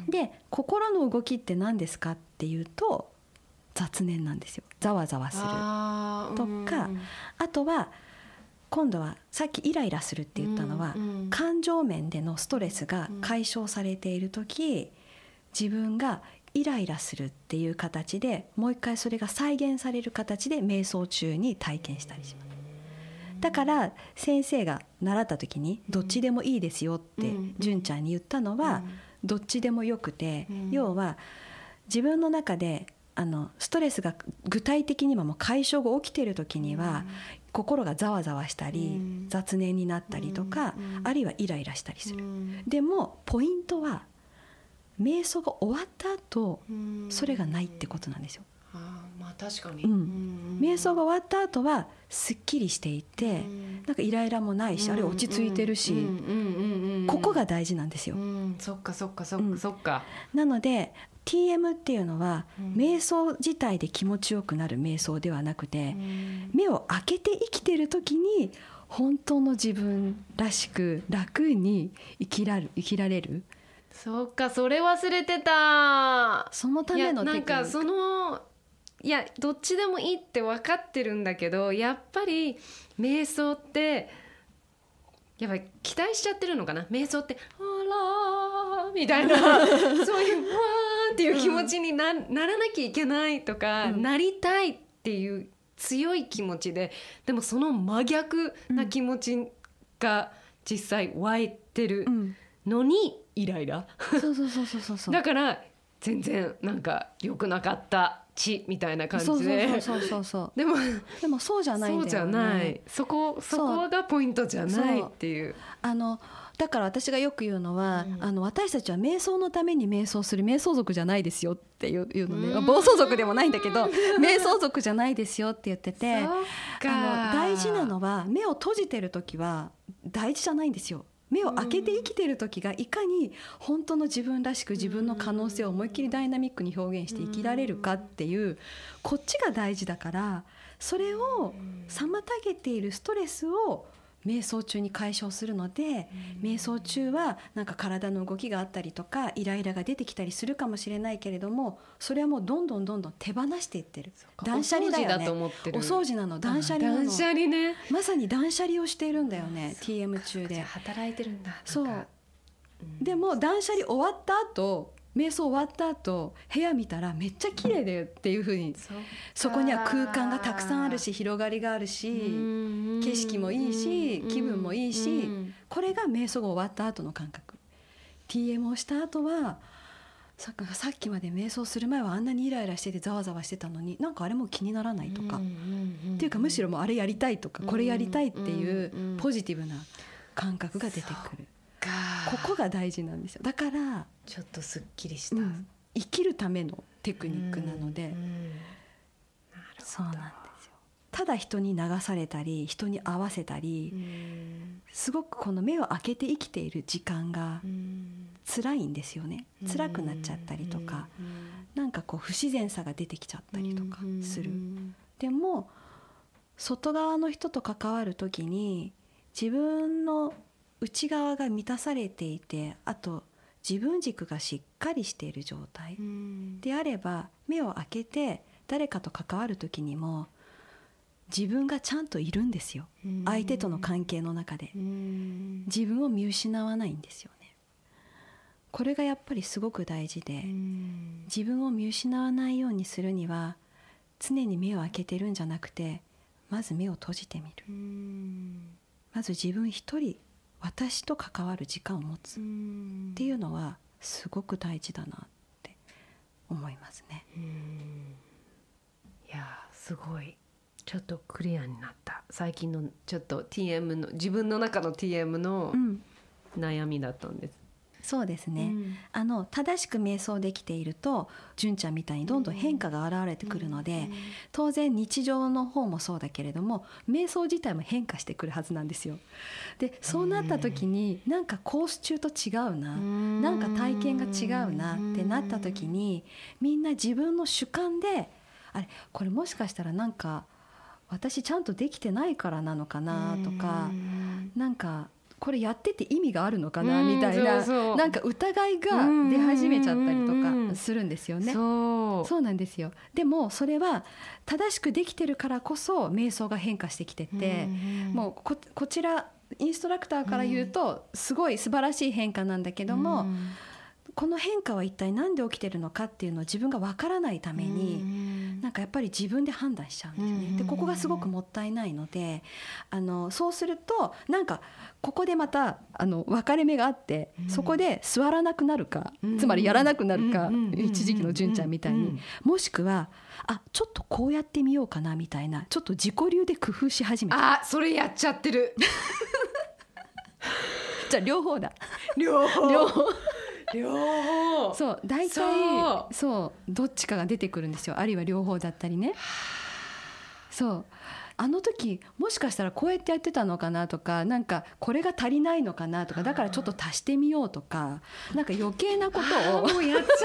で心の動きって何ですかっていうと雑念なんですよ。ざわざわするとか、うん、あとは今度はさっきイライラするって言ったのは、うんうん、感情面でのストレスが解消されている時、自分がイライラするっていう形でもう一回それが再現される形で瞑想中に体験したりします。だから先生が習った時にどっちでもいいですよって純ちゃんに言ったのは、どっちでもよくて、要は自分の中であのストレスが具体的にはもう解消が起きている時には、心がざわざわしたり、雑念になったりとか、あるいはイライラしたりする。でもポイントは瞑想が終わった後、それがないってことなんですよ。 あ、まあ確かに、 うん、瞑想が終わった後はすっきりしていて、なんかイライラもないし、あれ落ち着いてるし、ここが大事なんですよ、うん、 そっかそっかそっかそっか、 うん、なので ティーエム っていうのは、うん、瞑想自体で気持ちよくなる瞑想ではなくて、うん、目を開けて生きてる時に本当の自分らしく楽に生きらる、生きられる。 そっか、それ忘れてた。 そのためのテクニック。 なんかそのいやどっちでもいいって分かってるんだけど、やっぱり瞑想ってやっぱり期待しちゃってるのかな。瞑想ってあらーみたいなそういうわーっていう気持ちに な,、うん、ならなきゃいけないとか、うん、なりたいっていう強い気持ちで、でもその真逆な気持ちが実際湧いてるのにイライラそうそうそうそうそうだから全然なんか良くなかったちみたいな感じで、 そうそうそうそうそうでもでもそうじゃないんだよね。 そうじゃない、そこそこがポイントじゃないっていう。 あのだから私がよく言うのは、うん、あの私たちは瞑想のために瞑想する瞑想族じゃないですよっていうのね、暴走族でもないんだけど瞑想族じゃないですよって言ってて、あの大事なのは目を閉じてる時は大事じゃないんですよ。目を開けて生きてる時がいかに本当の自分らしく自分の可能性を思いっきりダイナミックに表現して生きられるかっていうこっちが大事だから、それを妨げているストレスを瞑想中に解消するので、瞑想中はなんか体の動きがあったりとかイライラが出てきたりするかもしれないけれども、それはもうどんどんどんどん手放していってる。断捨離だよね。お掃除だと思ってる。お掃除なの、断捨離なの。 断捨離ね。 まさに断捨離をしているんだよね、 ティーエム 中で。 働いてるんだ。 そう、うん、でも断捨離終わった後、瞑想終わった後部屋見たらめっちゃ綺麗だよっていう風に、そ, そこには空間がたくさんあるし、広がりがあるし、景色もいいし、気分もいいし、これが瞑想が終わった後の感覚。 ティーエム をした後はさっきまで瞑想する前はあんなにイライラしててざわざわしてたのに、なんかあれも気にならないとか、っていうかむしろもうあれやりたいとかこれやりたいっていうポジティブな感覚が出てくる。ここが大事なんですよ。だからちょっとすっきりした、 うん、生きるためのテクニックなので、うんうん、なるほど。そうなんですよ。ただ人に流されたり人に合わせたり、うん、すごくこの目を開けて生きている時間が辛いんですよね。辛くなっちゃったりとか、うん、なんかこう不自然さが出てきちゃったりとかする、うん、でも外側の人と関わるときに自分の内側が満たされていて、あと自分軸がしっかりしている状態であれば、目を開けて誰かと関わる時にも自分がちゃんといるんですよ。相手との関係の中で自分を見失わないんですよね。これがやっぱりすごく大事で、自分を見失わないようにするには常に目を開けてるんじゃなくて、まず目を閉じてみる。まず自分一人、私と関わる時間を持つっていうのはすごく大事だなって思いますね。 うん、いやすごいちょっとクリアになった。最近のちょっと ティーエム の自分の中の ティーエム の悩みだったんです、 うん、そうですね、 うん、 あの正しく瞑想できていると純ちゃんみたいにどんどん変化が現れてくるので、うん、当然日常の方もそうだけれども瞑想自体も変化してくるはずなんですよ。でそうなった時になんかコース中と違うな、うん、なんか体験が違うなってなった時にみんな自分の主観であれこれもしかしたらなんか私ちゃんとできてないからなのかなとか、なんかこれやってて意味があるのかなみたいな、そうそう、なんか疑いが出始めちゃったりとかするんですよね。そう、そうなんですよ。でもそれは正しくできてるからこそ瞑想が変化してきてて、もう こ, こちらインストラクターから言うとすごい素晴らしい変化なんだけども、この変化は一体何で起きてるのかっていうのを自分が分からないためになんかやっぱり自分で判断しちゃうんですね。でここがすごくもったいないので、あのそうするとなんかここでまたあの分かれ目があって、そこで座らなくなるか、つまりやらなくなるか、一時期の純ちゃんみたいに、もしくはあちょっとこうやってみようかなみたいな、ちょっと自己流で工夫し始めた。 あそれやっちゃってるじゃあ両方だ両方両方両方そう大体 そう、そうどっちかが出てくるんですよ。あるいは両方だったりね。そうあの時もしかしたらこうやってやってたのかなとか、なんかこれが足りないのかなとか、だからちょっと足してみようとか、なんか余計なことをもうやっちゃって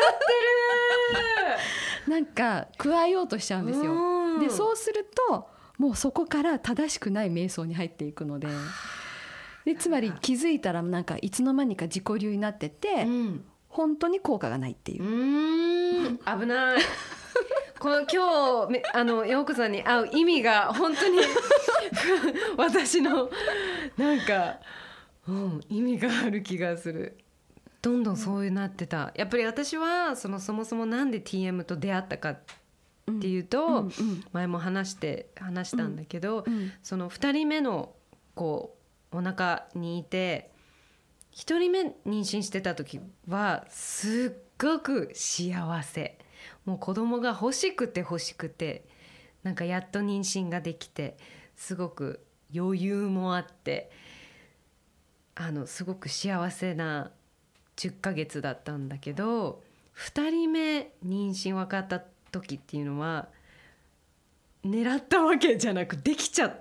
るなんか加えようとしちゃうんですよ。でそうするともうそこから正しくない瞑想に入っていくので、でつまり気づいたらなんかいつの間にか自己流になってて、うん、本当に効果がないっていう。 うーん危ないこの今日あの陽子さんに会う意味が本当に私のなんか、うん、意味がある気がする。どんどんそうなってた。やっぱり私はそのそもそもなんで ティーエム と出会ったかっていうと、うんうんうん、前も話して話したんだけど、うんうん、そのふたりめのこうお腹にいてひとりめ妊娠してた時はすっごく幸せ、もう子供が欲しくて欲しくて、なんかやっと妊娠ができてすごく余裕もあって、あのすごく幸せなじゅっかげつだったんだけど、ふたりめ妊娠分かった時っていうのは狙ったわけじゃなくできちゃって、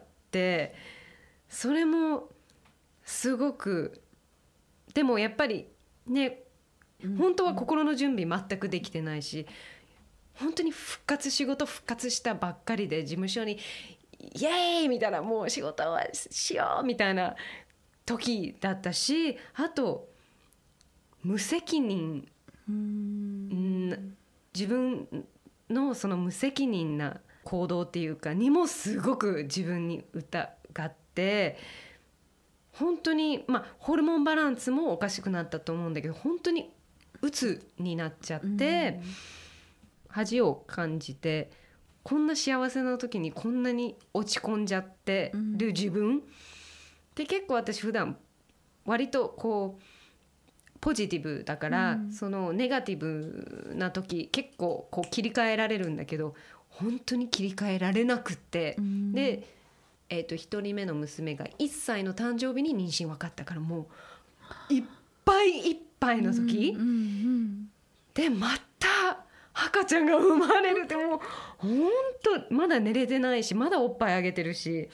それもすごく、でもやっぱりね、本当は心の準備全くできてないし、本当に復活仕事復活したばっかりで事務所にイエーイみたいな、もう仕事はしようみたいな時だったし、あと無責任、うーん自分のその無責任な行動っていうかにもすごく自分に疑って、本当にまあホルモンバランスもおかしくなったと思うんだけど、本当に鬱になっちゃって、恥を感じて、こんな幸せな時にこんなに落ち込んじゃってる自分って結構私普段割とこうポジティブだから、うん、そのネガティブな時結構こう切り替えられるんだけど、本当に切り替えられなくって、うん、で、えーと、ひとりめの娘がいっさいの誕生日に妊娠分かったから、もういっぱいいっぱいの時、うんうんうん、でまた赤ちゃんが生まれるって、もう本当まだ寝れてないし、まだおっぱいあげてるし、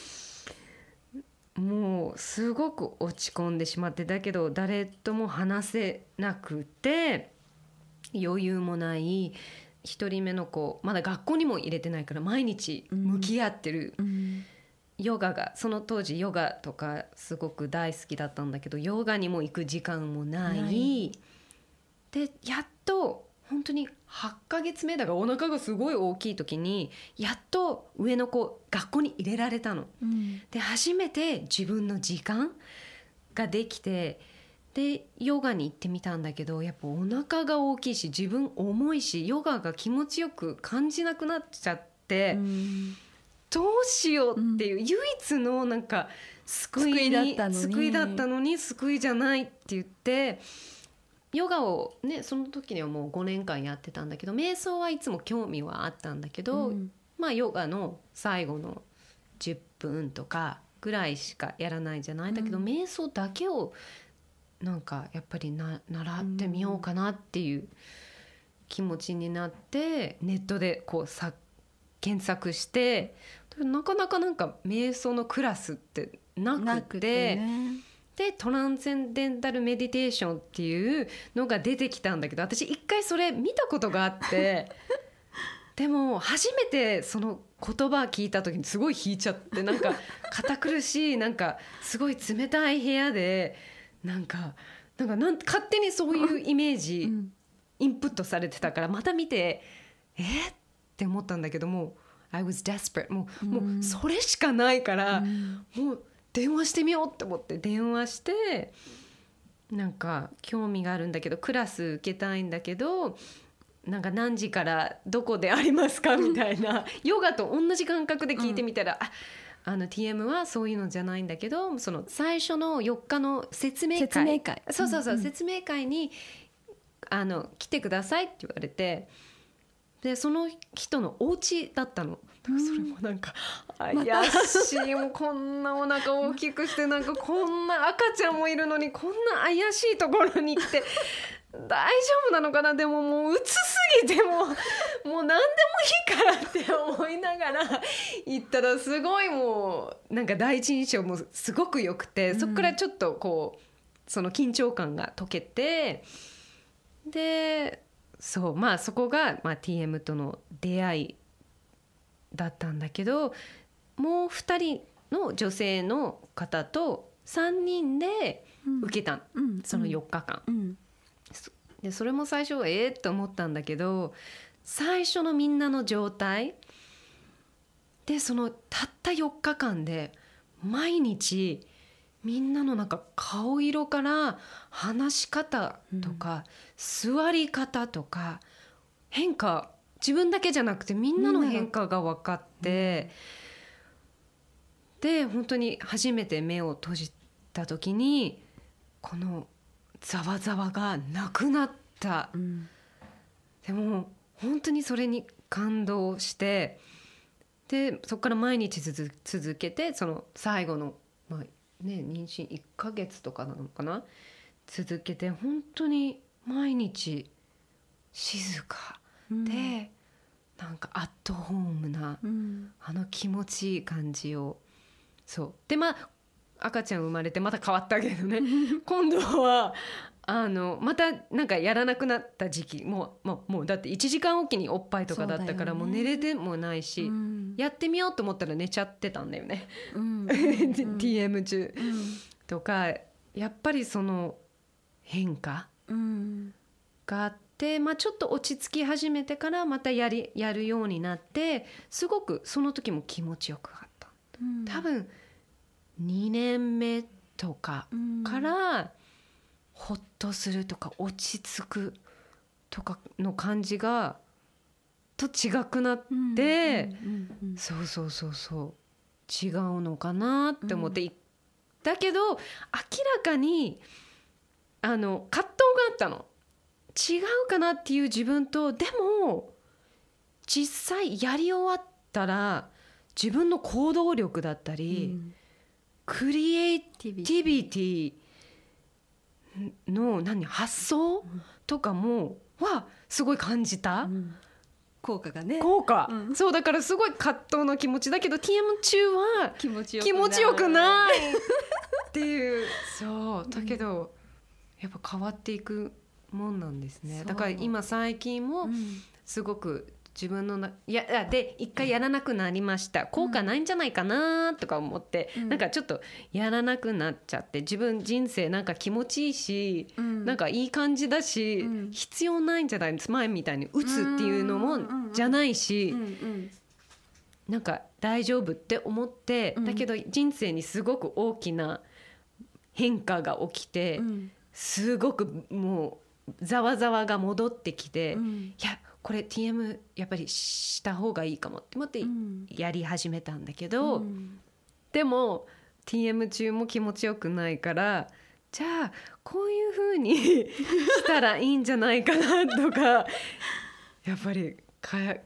もうすごく落ち込んでしまって、だけど誰とも話せなくて余裕もない。一人目の子まだ学校にも入れてないから毎日向き合ってる、うんうん、ヨガがその当時ヨガとかすごく大好きだったんだけど、ヨガにも行く時間もない、ない。でやっと本当にはちかげつめだからお腹がすごい大きい時にやっと上の子学校に入れられたの、うん、で初めて自分の時間ができて、でヨガに行ってみたんだけど、やっぱお腹が大きいし自分重いしヨガが気持ちよく感じなくなっちゃって、うん、どうしようっていう、うん、唯一のなんか救いに、救いだったのに、救いだったのに救いじゃないって言って、ヨガをねその時にはもうごねんかんやってたんだけど、瞑想はいつも興味はあったんだけど、うん、 まあヨガの最後のじゅっぷんとかぐらいしかやらないじゃない、うん、だけど瞑想だけをなんかやっぱりな習ってみようかなっていう気持ちになって、ネットでこうさ検索して、なかなかなんか瞑想のクラスってなくて、なくてね、でトランセンデンタルメディテーションっていうのが出てきたんだけど、私一回それ見たことがあってでも初めてその言葉聞いた時にすごい引いちゃって、なんか堅苦しい、なんかすごい冷たい部屋でなんかなんかなん勝手にそういうイメージインプットされてたから、また見てえって思ったんだけども、 I was desperate もう、うん、もうそれしかないから、うん、もう電話してみようって思って電話して、なんか興味があるんだけどクラス受けたいんだけどなんか何時からどこでありますかみたいなヨガと同じ感覚で聞いてみたら、うん、ああの ティーエム はそういうのじゃないんだけど、その最初のよっかの説明会、 説明会そうそうそう、 うんうん、説明会にあの来てくださいって言われて、でその人のお家だったの。だからそれもなんか怪しい、もうこんなお腹大きくしてなんかこんな赤ちゃんもいるのにこんな怪しいところに来て大丈夫なのかな、でももううつすぎてもうもう何でもいいからって思いながら行ったら、すごいもうなんか第一印象もすごく良くて、そこからちょっとこうその緊張感が解けて、でそうまあそこが、まあ、ティーエム との出会いだったんだけど、もうふたりの女性の方とさんにんで受けた、うん、そのよっかかん、うんうん、でそれも最初はええと思ったんだけど、最初のみんなの状態でそのたったよっかかんで毎日みんなのなんか顔色から話し方とか、うん、座り方とか変化、自分だけじゃなくてみんなの変化が分かって、うん、で本当に初めて目を閉じた時にこのざわざわがなくなった、うん、でも本当にそれに感動して、でそこから毎日続けて、その最後の、まあね、妊娠いっかげつとかなのかな、続けて本当に毎日静かで、うん、なんかアットホームな、うん、あの気持ちいい感じを、そうでまあ赤ちゃん生まれてまた変わったけどね今度はあのまたなんかやらなくなった時期もう、もう、もうだっていちじかんおきにおっぱいとかだったから、もう寝れてもないし、うん、やってみようと思ったら寝ちゃってたんだよね、うん、ティーエム 中、うん、とかやっぱりその変化があって、まあ、ちょっと落ち着き始めてからまたやり、やるようになって、すごくその時も気持ちよくなった、うん、多分にねんめとかからほっとするとか落ち着くとかの感じがと違くなって、そうそうそうそう違うのかなって思って、うん、だけど明らかにあの葛藤があったの。違うかなっていう自分と、でも実際やり終わったら自分の行動力だったり、うん、クリエイティビティの何発想とかもはすごい感じた、うん、 効果がね、 効果、うん、そうだからすごい葛藤の気持ちだけど ティーエム 中は気持ちよくない、 気持ちよくないっていうそうだけど、うん、やっぱ変わっていくもんなんですね。だから今最近もすごく自分のないやで一回やらなくなりました、効果ないんじゃないかなとか思って、うん、なんかちょっとやらなくなっちゃって、自分人生なんか気持ちいいし、うん、なんかいい感じだし、うん、必要ないんじゃないです前みたいに打つっていうのもじゃないし、うんうん、なんか大丈夫って思って、だけど人生にすごく大きな変化が起きて、すごくもうざわざわが戻ってきて、いやこれ ティーエム やっぱりした方がいいかもって思ってやり始めたんだけど、うん、でも ティーエム 中も気持ちよくないから、じゃあこういう風にしたらいいんじゃないかなとかやっぱりか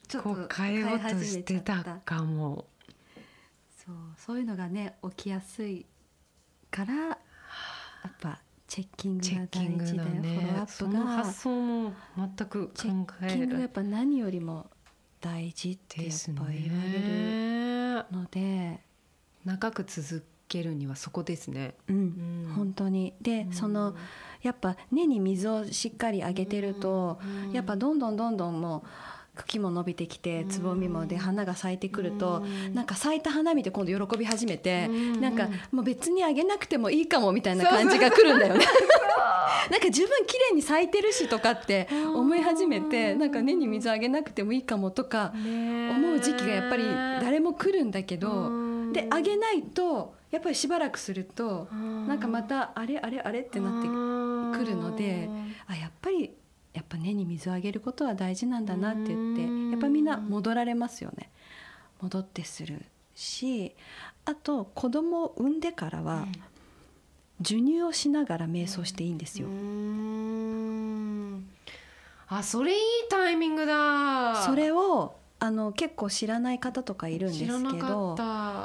ちょっとこう変えようとしてたかも。 そう、そういうのがね起きやすいからやっぱチェッキングが大事だよ。 ね、 フォローアップがその発想も全く考えチェッキングがやっぱ何よりも大事ってやっぱ言われるので、 長く続けるにはそこですね。 うん、うん、 うん、 本当に。で、うん、そのやっぱ根に水をしっかりあげてると、うん、やっぱどんどんどんどんもう茎も伸びてきてつぼみもで花が咲いてくると、うん、なんか咲いた花見て今度喜び始めて、うん、なんかもう別にあげなくてもいいかもみたいな感じが来るんだよね。なんか十分綺麗に咲いてるしとかって思い始めて、なんか根に水あげなくてもいいかもとか思う時期がやっぱり誰も来るんだけど、であげないとやっぱりしばらくするとなんかまたあれあれあれってなってくるので、あやっぱりやっぱ根に水をあげることは大事なんだなって言って、やっぱみんな戻られますよね。戻ってするし、あと子供を産んでからは授乳をしながら瞑想していいんですよ。 うーん、あ、それいいタイミングだ。 それをあの結構知らない方とかいるんですけど、 知らなかった。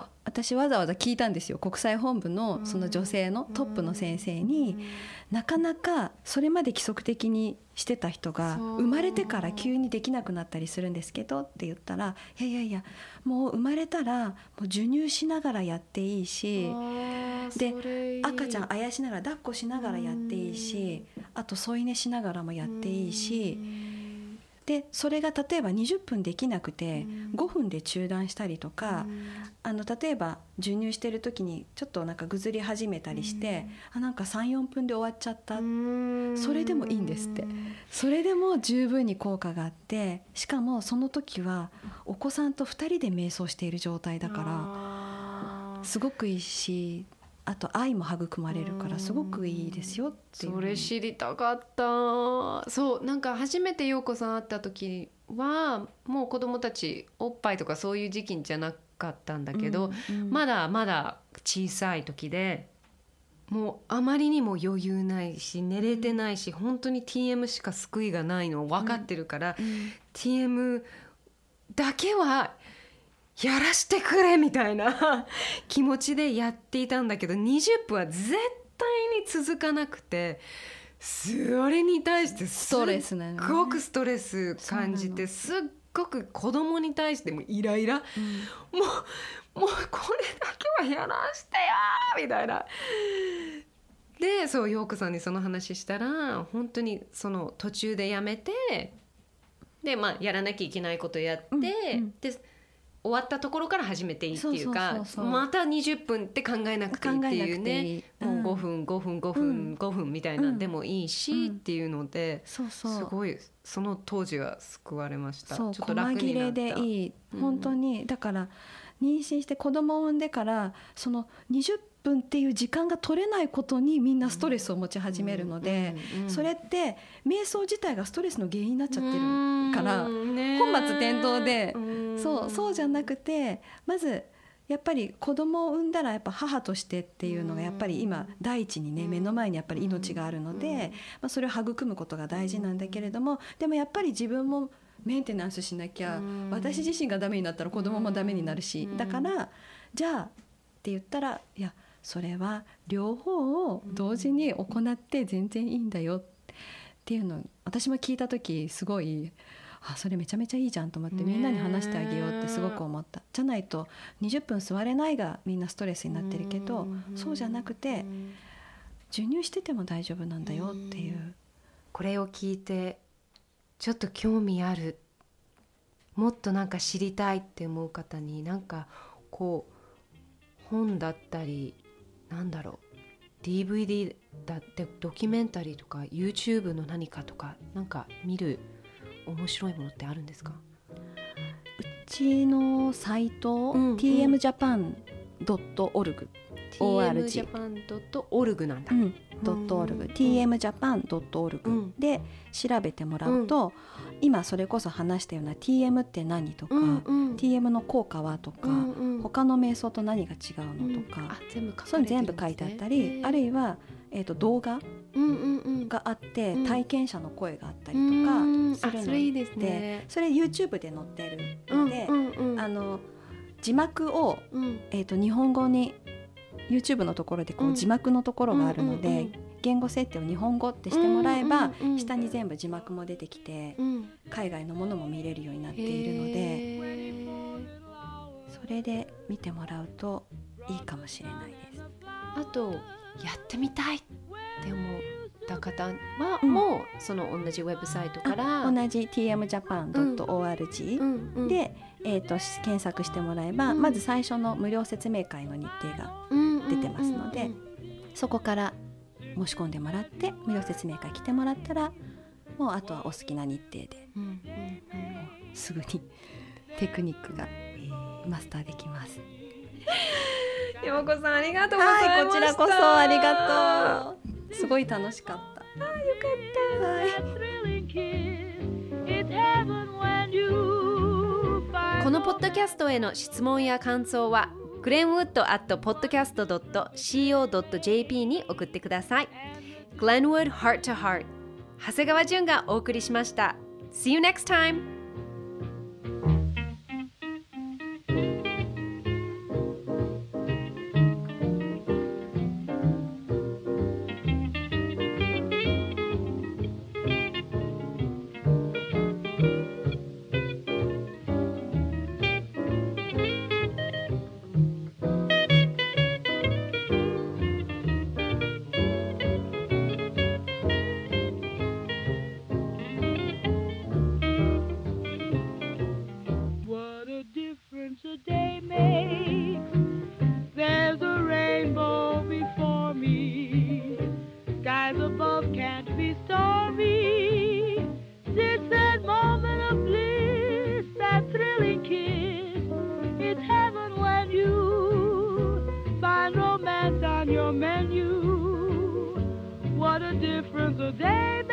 私わざわざ聞いたんですよ。国際本部のその女性のトップの先生に、なかなかそれまで規則的にしてた人が生まれてから急にできなくなったりするんですけどって言ったら、いやいやいやもう生まれたらもう授乳しながらやっていいし、で赤ちゃんあやしながら抱っこしながらやっていいし、あと添い寝しながらもやっていいし、でそれが例えばにじゅっぷんできなくてごふんで中断したりとか、あの例えば授乳してる時にちょっとなんかぐずり始めたりして、あなんか さん,よん 分で終わっちゃった、それでもいいんですって。それでも十分に効果があって、しかもその時はお子さんとふたりで瞑想している状態だからすごくいいし、あと愛も育まれるからすごくいいですよっていう。 それ知りたかった。そうなんか初めて陽子さん会った時はもう子供たちおっぱいとかそういう時期じゃなかったんだけど、うんうん、まだまだ小さい時で、もうあまりにも余裕ないし寝れてないし、本当に ティーエム しか救いがないの分かってるから、うんうん、ティーエム だけはやらしてくれみたいな気持ちでやっていたんだけど、にじゅっぷんは絶対に続かなくて、それに対してすっごくストレス感じて、すっごく子供に対してもイライラ、うん、もうもうこれだけはやらしてよみたいな。でそう陽子さんにその話したら、本当にその途中でやめて、でまあやらなきゃいけないことやって、うんうん、で終わったところから始めていいっていうか、またにじゅっぷんって考えなくていいっていうね、うん、もうごふんごふんごふん、うん、ごふんみたいなんでもいいし、うん、っていうので、そうそうすごいその当時は救われました。 そうちょっと楽になった。 細切れでいい、本当に、うん、だから妊娠して子供を産んでからそのにじゅっぷんっていう時間が取れないことにみんなストレスを持ち始めるので、うんうん、それって瞑想自体がストレスの原因になっちゃってるから、本末転倒で、そう、そうじゃなくて、まずやっぱり子供を産んだらやっぱ母としてっていうのがやっぱり今第一にね、目の前にやっぱり命があるので、まあ、それを育むことが大事なんだけれども、でもやっぱり自分もメンテナンスしなきゃ、私自身がダメになったら子供もダメになるし、だからじゃあって言ったら、いやそれは両方を同時に行って全然いいんだよっていうのを私も聞いた時すごい、あそれめちゃめちゃいいじゃんと思って、みんなに話してあげようってすごく思った。じゃないとにじゅっぷん座れないがみんなストレスになってるけど、そうじゃなくて授乳してても大丈夫なんだよっていう。 これを聞いてちょっと興味ある、もっとなんか知りたいって思う方に、なんかこう本だったりなんだろう ディーブイディー だってドキュメンタリーとか YouTube の何かとかなんか見る面白いものってあるんですか？ うちのサイト、うんうん、ティーエムジャパンドットオルグ ティーエムジャパンドットオルグ なんだ、うん、ドットオルグ ティーエムジャパンドットオルグ で調べてもらうと、うん、今それこそ話したような ティーエム って何とか、うんうん、ティーエム の効果はとか、うんうん、他の瞑想と何が違うのとか、うん、あ全部書かれてるんですね。そう全部書いてあったり、あるいはえー、と動画うんうんうんがあって、 うん体験者の声があったりとうんかするので、 あそれいいですね。 それ YouTube で載ってるので、 うんうんうんあの字幕を、 うんえー、と日本語に YouTube のところでこううん字幕のところがあるので、 うんうんうん言語設定を日本語ってしてもらえば、 うんうんうん下に全部字幕も出てきて、 うん海外のものも見れるようになっているので、 へーそれで見てもらうといいかもしれないです。 あとやってみたいって思った方は、 うんもうその同じウェブサイトから同じ ティーエムジャパンドットオーアールジー、 うんうんで、えー、と検索してもらえば、 うんまず最初の無料説明会の日程が出てますので、 うんうんそこから申し込んでもらって無料説明会来てもらったら、もうあとはお好きな日程でうんうんうんすぐにテクニックがマスターできます。 山子さんありがとうございました。 はい、こちらこそありがとう。すごい楽しかった。はい、 thrilling kiss. It's heaven when you find このポッドキャストへの質問や感想はグレンウッド アット ポッドキャスト ドット シーオー ドット ジェーピー に送ってください。 Glenwood Heart to Heart 長谷川純がお送りしました。 See you next time! What a difference a day makes. There's a rainbow before me. Skies above can't be stormy. It's that moment of bliss, that thrilling kiss. It's heaven when you find romance on your menu. What a difference a day makes.